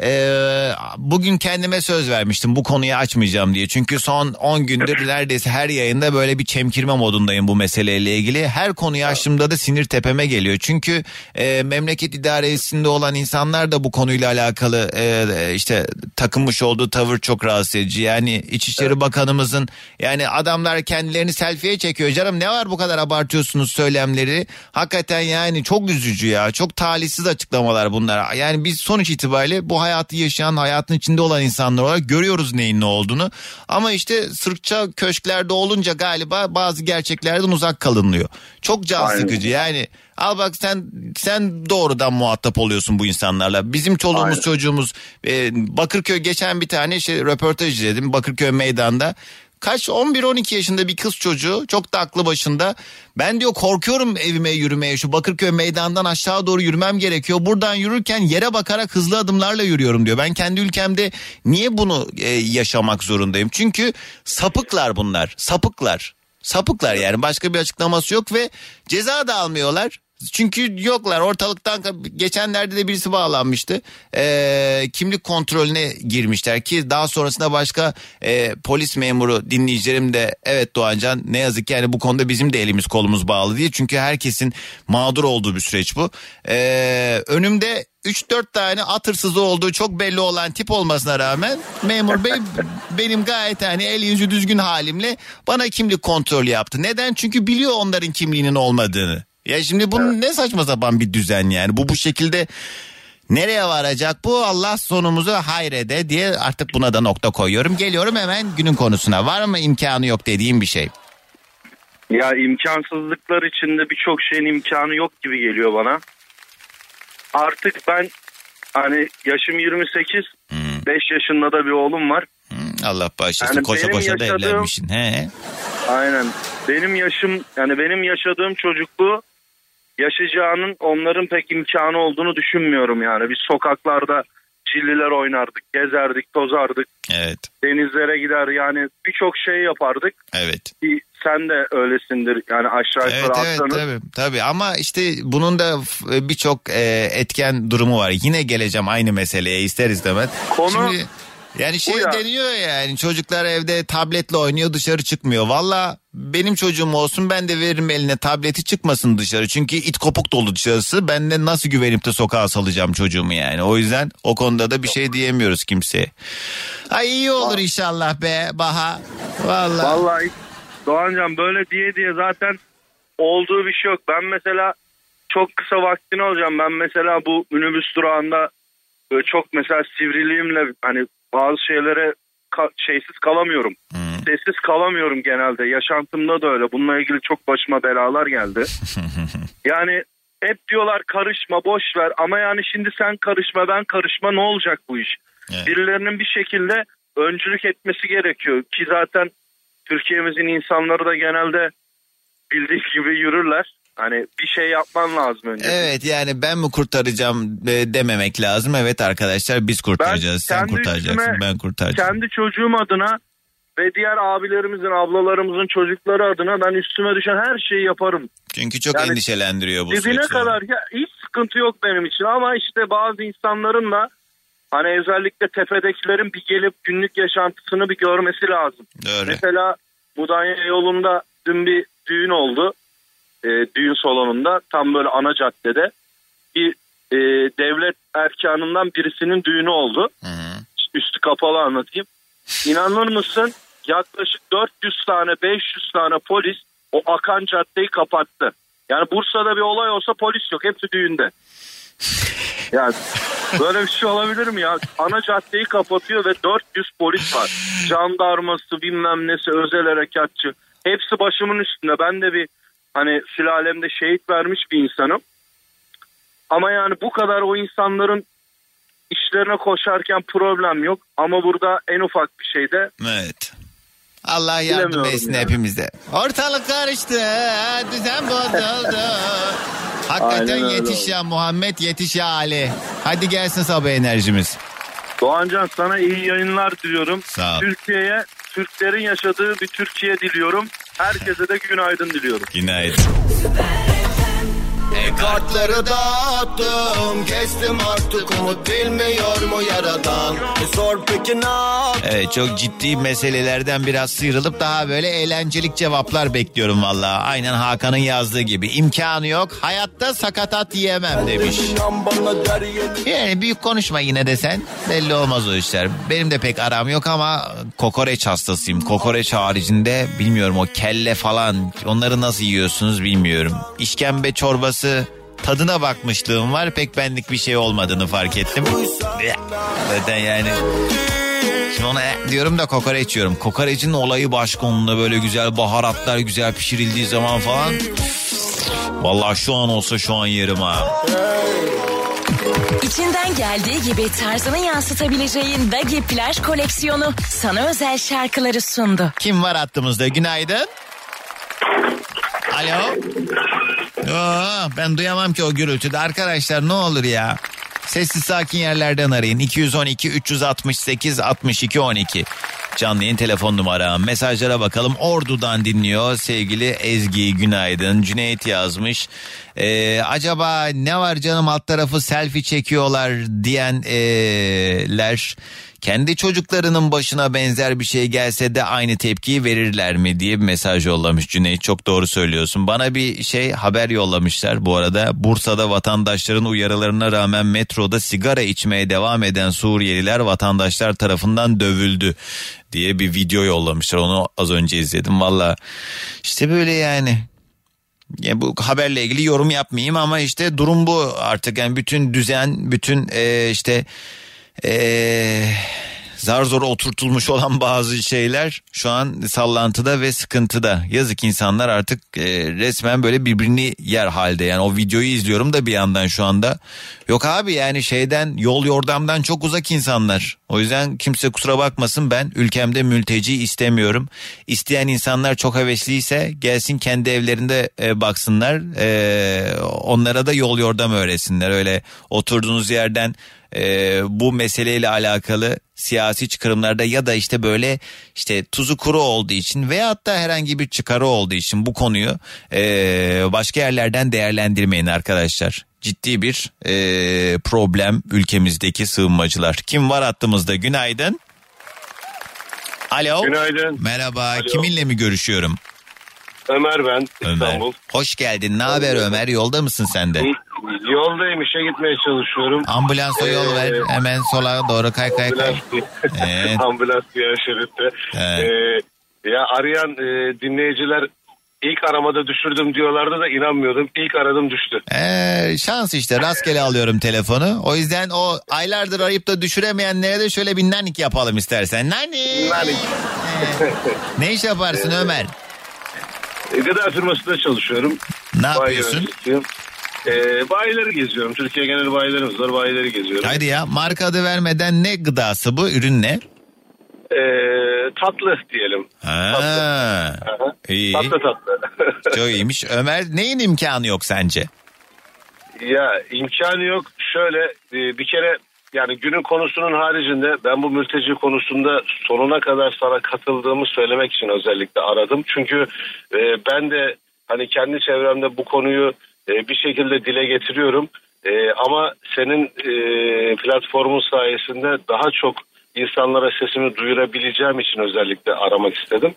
bugün kendime söz vermiştim bu konuyu açmayacağım diye. Çünkü son 10 gündür neredeyse her yayında böyle bir çemkirme modundayım bu meseleyle ilgili. Her konuyu açtığımda da sinir tepeme geliyor. Çünkü memleket idaresinde olan insanlar da bu konuyla alakalı işte takınmış olduğu tavır çok rahatsız edici. Yani İçişleri Bakanımızın, yani adamlar kendilerini selfie'ye çekiyor. Canım ne var bu kadar abartıyorsunuz söylemleri? Hakikaten yani çok üzücü ya. Çok talihsiz açıklamalar bunlar. Yani biz sonuç itibariyle bu hayatı yaşayan, hayatın içinde olan insanlar olarak görüyoruz neyin ne olduğunu. Ama işte sırça köşklerde olunca galiba bazı gerçeklerden uzak kalınıyor. Çok can sıkıcı yani. Al bak, sen doğrudan muhatap oluyorsun bu insanlarla. Bizim çoluğumuz çocuğumuz Bakırköy, geçen bir tane röportaj izledim Bakırköy meydanda. Kaç 11-12 yaşında bir kız çocuğu, çok da aklı başında. Ben diyor korkuyorum evime yürümeye, şu Bakırköy meydandan aşağı doğru yürümem gerekiyor. Buradan yürürken yere bakarak hızlı adımlarla yürüyorum diyor. Ben kendi ülkemde niye bunu yaşamak zorundayım? Çünkü sapıklar bunlar, sapıklar yani, başka bir açıklaması yok ve ceza da almıyorlar. Çünkü yoklar ortalıktan. Geçenlerde de birisi bağlanmıştı. Kimlik kontrolüne girmişler ki daha sonrasında başka polis memuru dinleyicilerim de evet Doğancan ne yazık ki yani bu konuda bizim de elimiz kolumuz bağlı diye. Çünkü herkesin mağdur olduğu bir süreç bu. Önümde 3-4 tane at hırsızı olduğu çok belli olan tip olmasına rağmen memur bey benim gayet hani el yüzü düzgün halimle bana kimlik kontrolü yaptı. Neden? Çünkü biliyor onların kimliğinin olmadığını. Ya şimdi bu ne saçma sapan bir düzen yani. Bu şekilde nereye varacak bu? Allah sonumuzu hayrede diye artık buna da nokta koyuyorum. Geliyorum hemen günün konusuna. Var mı imkanı yok dediğim bir şey? Ya imkansızlıklar içinde birçok şeyin imkanı yok gibi geliyor bana. Artık ben hani yaşım 28, 5 yaşında da bir oğlum var. Allah bağışlasın, yani koşa koşa da evlenmişsin. Aynen. Benim yaşadığım çocukluğu yaşayacağının onların pek imkanı olduğunu düşünmüyorum yani. Biz sokaklarda cicilliler oynardık, gezerdik, tozardık. Evet. Denizlere gider, yani birçok şey yapardık. Evet. Sen de öylesindir yani aşağı yukarı atlanır. Evet tabii ama işte bunun da birçok etken durumu var. Yine geleceğim aynı meseleye ister istemez. Şimdi, yani deniyor yani çocuklar evde tabletle oynuyor, dışarı çıkmıyor. Valla benim çocuğum olsun, ben de veririm eline tableti, çıkmasın dışarı. Çünkü it kopuk dolu dışarısı. Ben de nasıl güvenip de sokağa salacağım çocuğumu yani. O yüzden o konuda da bir şey diyemiyoruz kimseye. Ay iyi olur inşallah be Baha. Vallahi Doğancan böyle diye zaten olduğu bir şey yok. Ben mesela çok kısa vaktini alacağım. Ben mesela bu minibüs durağında böyle çok mesela sivriliğimle hani bazı şeylere şeysiz kalamıyorum. Sessiz kalamıyorum genelde. Yaşantımda da öyle. Bununla ilgili çok başıma belalar geldi. Yani hep diyorlar karışma, boş ver. Ama yani şimdi sen karışma, ben karışma, ne olacak bu iş? Evet. Birilerinin bir şekilde öncülük etmesi gerekiyor. Ki zaten Türkiye'mizin insanları da genelde bildiği gibi yürürler. Hani bir şey yapman lazım önce. Evet yani ben mi kurtaracağım dememek lazım. Evet arkadaşlar biz kurtaracağız. Sen kurtaracaksın, ben kurtaracağım. Kendi çocuğum adına ve diğer abilerimizin, ablalarımızın çocukları adına ben üstüme düşen her şeyi yaparım. Çünkü çok yani endişelendiriyor bu süreç. Dibine kadar ya, hiç sıkıntı yok benim için ama işte bazı insanların da hani özellikle tepedekilerin bir gelip günlük yaşantısını bir görmesi lazım. Öyle. Mesela Mudanya yolunda dün bir düğün oldu. Düğün salonunda tam böyle ana caddede bir devlet erkanından birisinin düğünü oldu. Üstü kapalı anlatayım. İnanır mısın? Yaklaşık 400 tane 500 tane polis o akan caddeyi kapattı. Yani Bursa'da bir olay olsa polis yok, hepsi düğünde. Yani böyle bir şey olabilir mi ya? Ana caddeyi kapatıyor ve 400 polis var. Jandarması, bilmem nesi, özel harekatçı. Hepsi başımın üstünde. Ben de bir hani sülalemde şehit vermiş bir insanım. Ama yani bu kadar o insanların işlerine koşarken problem yok. Ama burada en ufak bir şeyde. Evet. Allah yardım etsin hepimizde. Ortalık karıştı, düzen bozuldu. Hakikaten yetiş ya Muhammed, yetiş ya Ali. Hadi gelsin sabah enerjimiz. Doğancan sana iyi yayınlar diliyorum. Sağ ol. Türkiye'ye, Türklerin yaşadığı bir Türkiye diliyorum. Herkese de günaydın diliyorum. Günaydın. Kartları dağıttım, kestim artık, umut bilmiyor mu yaradan? Sor peki Evet, çok ciddi meselelerden biraz sıyrılıp daha böyle eğlencelik cevaplar bekliyorum valla. Aynen Hakan'ın yazdığı gibi. İmkanı yok, hayatta sakatat yiyemem demiş. Yani büyük konuşma yine desen, belli olmaz o işler. Benim de pek aram yok ama kokoreç hastasıyım. Kokoreç haricinde bilmiyorum, o kelle falan, onları nasıl yiyorsunuz bilmiyorum. İşkembe çorbası, tadına bakmışlığım var, pek benlik bir şey olmadığını fark ettim. Zaten yani şimdi ona diyorum da kokoreç yiyorum. Kokorecin olayı başka, onunla böyle güzel baharatlar güzel pişirildiği zaman falan. Vallahi şu an olsa şu an yerim ha. İçinden geldiği gibi tarzını yansıtabileceğin Dagi plaj koleksiyonu sana özel şarkıları sundu. Kim var hattımızda? Günaydın. Alo. Ben duyamam ki o gürültüde. Arkadaşlar ne olur ya. Sessiz sakin yerlerden arayın. 212 368 62 12. Canlı yayın telefon numaram. Mesajlara bakalım. Ordu'dan dinliyor sevgili Ezgi, günaydın. Cüneyt yazmış. Acaba ne var canım, alt tarafı selfie çekiyorlar diyenler kendi çocuklarının başına benzer bir şey gelse de aynı tepkiyi verirler mi diye bir mesaj yollamış Cüneyt. Çok doğru söylüyorsun. Bana bir haber yollamışlar bu arada. Bursa'da vatandaşların uyarılarına rağmen metroda sigara içmeye devam eden Suriyeliler vatandaşlar tarafından dövüldü diye bir video yollamışlar. Onu az önce izledim. Valla işte böyle yani. Yani bu haberle ilgili yorum yapmayayım ama işte durum bu artık. Yani bütün düzen, bütün zar zor oturtulmuş olan bazı şeyler şu an sallantıda ve sıkıntıda. Yazık, insanlar artık resmen böyle birbirini yer halde. Yani o videoyu izliyorum da bir yandan şu anda. Yok abi, yani yol yordamdan çok uzak insanlar. O yüzden kimse kusura bakmasın, ben ülkemde mülteci istemiyorum. İsteyen insanlar çok hevesliyse gelsin kendi evlerinde baksınlar. Onlara da yol yordam öğretsinler. Öyle oturduğunuz yerden bu meseleyle alakalı siyasi çıkarımlarda ya da işte böyle işte tuzu kuru olduğu için veyahut da herhangi bir çıkarı olduğu için bu konuyu başka yerlerden değerlendirmeyin arkadaşlar. Ciddi bir problem ülkemizdeki sığınmacılar. Kim var hattımızda? Günaydın. Alo. Günaydın. Merhaba. Alo. Kiminle mi görüşüyorum? Ömer ben. İstanbul. Ömer. Hoş geldin. Ne haber Ömer? Yolda mısın sen de? Yoldayım, işe gitmeye çalışıyorum. Ambulansa yol ver. Hemen sola doğru kay. Evet. Ambulans diğer şeritte. Ya arayan dinleyiciler ilk aramada düşürdüm diyorlardı da inanmıyordum. İlk aradım düştü. Şans işte, rastgele alıyorum telefonu. O yüzden o aylardır arayıp da düşüremeyenlere de şöyle bir nanik yapalım istersen. Nanik. Ne iş yaparsın Ömer? Gıda firmasında çalışıyorum. Ne yapıyorsun? Bayileri geziyorum. Türkiye genel bayilerimiz var. Bayileri geziyorum. Haydi ya, marka adı vermeden ne gıdası bu? Ürün ne? Tatlı diyelim. Tatlı. İyi. Tatlı. Çok iyiymiş. Ömer, neyin imkanı yok sence? Ya imkanı yok. Şöyle bir kere yani günün konusunun haricinde ben bu mülteci konusunda sonuna kadar sana katıldığımı söylemek için özellikle aradım. Çünkü ben de hani kendi çevremde bu konuyu bir şekilde dile getiriyorum. Ama senin platformun sayesinde daha çok insanlara sesimi duyurabileceğim için özellikle aramak istedim.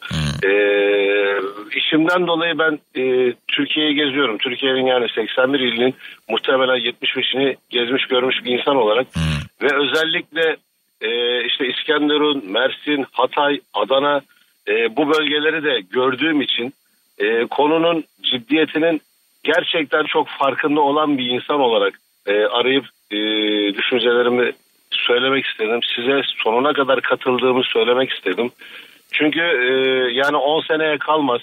İşimden dolayı ben Türkiye'yi geziyorum. Türkiye'nin yani 81 ilinin muhtemelen 75'ini gezmiş görmüş bir insan olarak ve özellikle işte İskenderun, Mersin, Hatay, Adana bu bölgeleri de gördüğüm için konunun ciddiyetinin gerçekten çok farkında olan bir insan olarak arayıp düşüncelerimi söylemek istedim. Size sonuna kadar katıldığımı söylemek istedim. Çünkü yani 10 seneye kalmaz.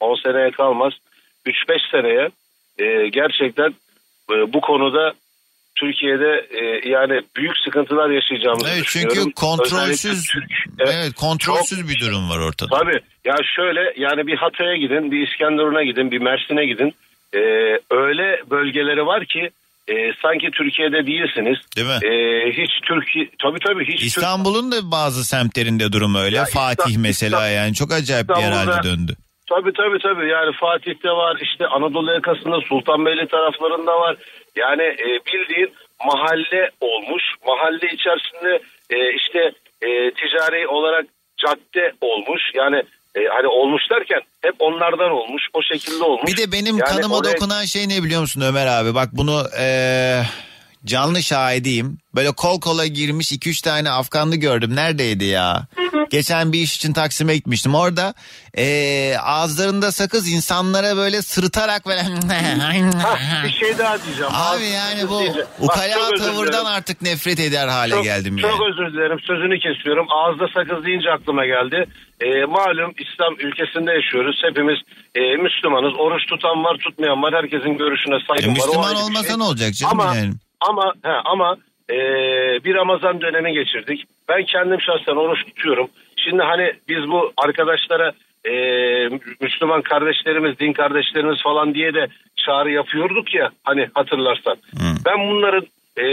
3-5 seneye gerçekten bu konuda Türkiye'de yani büyük sıkıntılar yaşayacağımızı düşünüyorum. Çünkü kontrolsüz bir durum var ortada. Tabii. Ya şöyle, yani bir Hatay'a gidin, bir İskenderun'a gidin, bir Mersin'e gidin. Öyle bölgeleri var ki sanki Türkiye'de değilsiniz. Değil mi? Hiç Türkiye tabii hiç İstanbul'un da bazı semtlerinde durum öyle. Ya Fatih mesela yani çok acayip bir yer haline döndü. Tabii yani Fatih'te var, işte Anadolu yakasında Sultanbeyli taraflarında var. Yani bildiğin mahalle olmuş. Mahalle içerisinde işte ticari olarak cadde olmuş. Yani hani olmuş derken hep onlardan olmuş, o şekilde olmuş. Bir de benim yani kanıma dokunan şey ne biliyor musun Ömer abi? Bak bunu canlı şahidiyim. Böyle kol kola girmiş 2-3 tane Afganlı gördüm. Neredeydi ya? Geçen bir iş için Taksim'e gitmiştim. Orada ağızlarında sakız, insanlara böyle sırıtarak böyle... bir şey daha diyeceğim. Abi yani bu ukala tavırdan artık nefret eder hale geldim. Çok özür dilerim, sözünü kesiyorum. Ağızda sakız deyince aklıma geldi. Malum İslam ülkesinde yaşıyoruz. Hepimiz Müslümanız. Oruç tutan var, tutmayan var. Herkesin görüşüne saygı var. Müslüman olmasa ne olacak canım yani? Ama bir Ramazan dönemi geçirdik. Ben kendim şahsen oruç tutuyorum. Şimdi hani biz bu arkadaşlara Müslüman kardeşlerimiz, din kardeşlerimiz falan diye de çağrı yapıyorduk ya, hani hatırlarsan. Ben bunların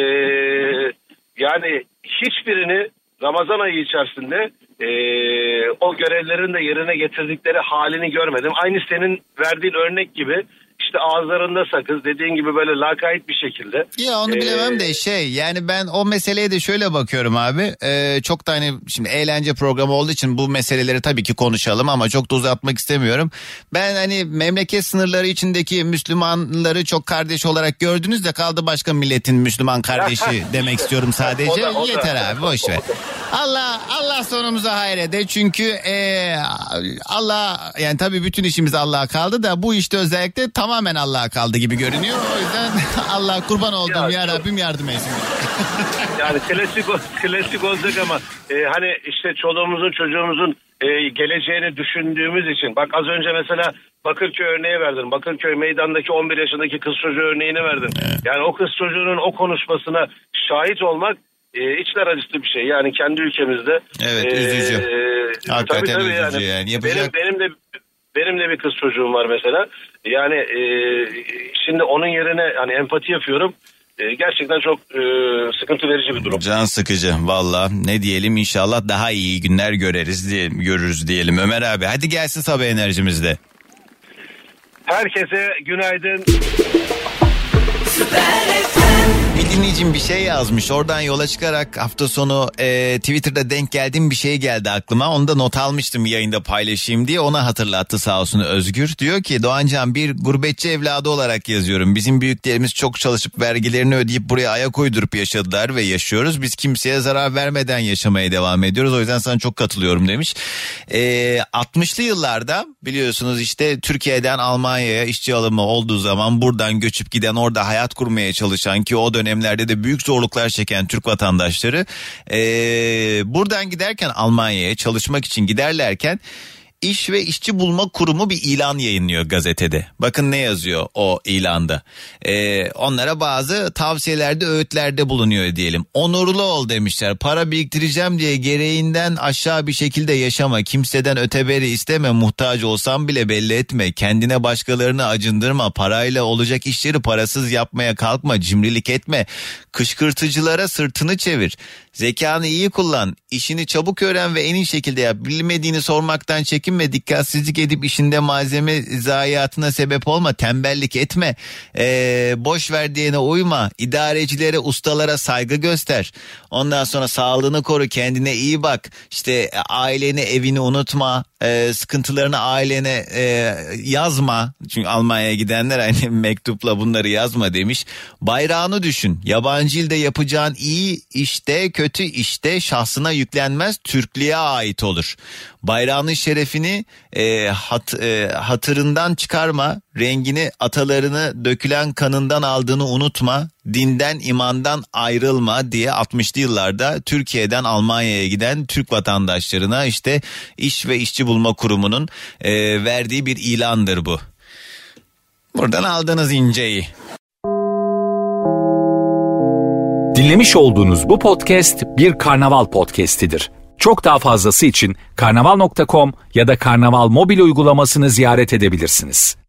yani hiçbirini Ramazan ayı içerisinde o görevlerini de yerine getirdikleri halini görmedim. Aynı senin verdiğin örnek gibi. İşte ağızlarında sakız, dediğin gibi böyle lakayt bir şekilde. Ya onu bilemem de yani ben o meseleye de şöyle bakıyorum abi. Çok da hani şimdi eğlence programı olduğu için bu meseleleri tabii ki konuşalım ama çok da uzatmak istemiyorum. Ben hani memleket sınırları içindeki Müslümanları çok kardeş olarak gördünüz de kaldı başka milletin Müslüman kardeşi demek istiyorum sadece. O da. Yeter abi, boş ver. Allah sonumuzu hayrede çünkü Allah yani tabii bütün işimiz Allah'a kaldı da bu işte özellikle tamamen Allah'a kaldı gibi görünüyor. O yüzden Allah kurban oldum ya Rabbim yardım etsin. Yani klasik olacak ama hani işte çoluğumuzun çocuğumuzun geleceğini düşündüğümüz için. Bak az önce mesela Bakırköy örneği verdin. Bakırköy meydandaki 11 yaşındaki kız çocuğu örneğini verdin. Evet. Yani o kız çocuğunun o konuşmasına şahit olmak içler acısı bir şey. Yani kendi ülkemizde. Evet, üzücü. Hakikaten tabii, üzücü yani. Yapacak... Benim de bir kız çocuğum var mesela. Yani şimdi onun yerine hani empati yapıyorum. gerçekten çok sıkıntı verici bir durum. Can sıkıcı valla. Ne diyelim, inşallah daha iyi günler görürüz diyelim. Ömer abi hadi gelsin sabah enerjimizde. Herkese günaydın. Bir dinleyicim bir şey yazmış. Oradan yola çıkarak hafta sonu Twitter'da denk geldiğim bir şey geldi aklıma. Onu da not almıştım yayında paylaşayım diye. Ona hatırlattı sağ olsun Özgür. Diyor ki Doğancan, bir gurbetçi evladı olarak yazıyorum. Bizim büyüklerimiz çok çalışıp vergilerini ödeyip buraya ayak uydurup yaşadılar ve yaşıyoruz. Biz kimseye zarar vermeden yaşamaya devam ediyoruz. O yüzden sana çok katılıyorum demiş. 60'lı yıllarda biliyorsunuz işte Türkiye'den Almanya'ya işçi alımı olduğu zaman buradan göçüp giden, orada hayat kurmaya çalışan, ki o dönemlerde de büyük zorluklar çeken Türk vatandaşları buradan giderken, Almanya'ya çalışmak için giderlerken İş ve İşçi Bulma Kurumu bir ilan yayınlıyor gazetede. Bakın ne yazıyor o ilanda. Onlara bazı tavsiyelerde, öğütlerde bulunuyor diyelim. Onurlu ol demişler. Para biriktireceğim diye gereğinden aşağı bir şekilde yaşama. Kimseden öteberi isteme. Muhtaç olsan bile belli etme. Kendine başkalarını acındırma. Parayla olacak işleri parasız yapmaya kalkma. Cimrilik etme. Kışkırtıcılara sırtını çevir. Zekanı iyi kullan. İşini çabuk öğren ve en iyi şekilde yap. Bilmediğini sormaktan çekinme. Dikkatsizlik edip işinde malzeme zayiatına sebep olma. Tembellik etme. Boş ver diyene uyma. İdarecilere, ustalara saygı göster. Ondan sonra sağlığını koru. Kendine iyi bak. İşte aileni, evini unutma. Sıkıntılarını ailene yazma. Çünkü Almanya'ya gidenler hani mektupla bunları yazma demiş. Bayrağını düşün. Yabancı ilde yapacağın iyi işte, kötü işte şahsına yüklenmez, Türklüğe ait olur. Bayrağının şerefini hatırından çıkarma, rengini atalarını dökülen kanından aldığını unutma, dinden imandan ayrılma diye 60'lı yıllarda Türkiye'den Almanya'ya giden Türk vatandaşlarına işte İş ve İşçi Bulma Kurumu'nun verdiği bir ilandır bu. Buradan aldığınız inceyi. Dinlemiş olduğunuz bu podcast bir Karnaval podcastidir. Çok daha fazlası için karnaval.com ya da Karnaval mobil uygulamasını ziyaret edebilirsiniz.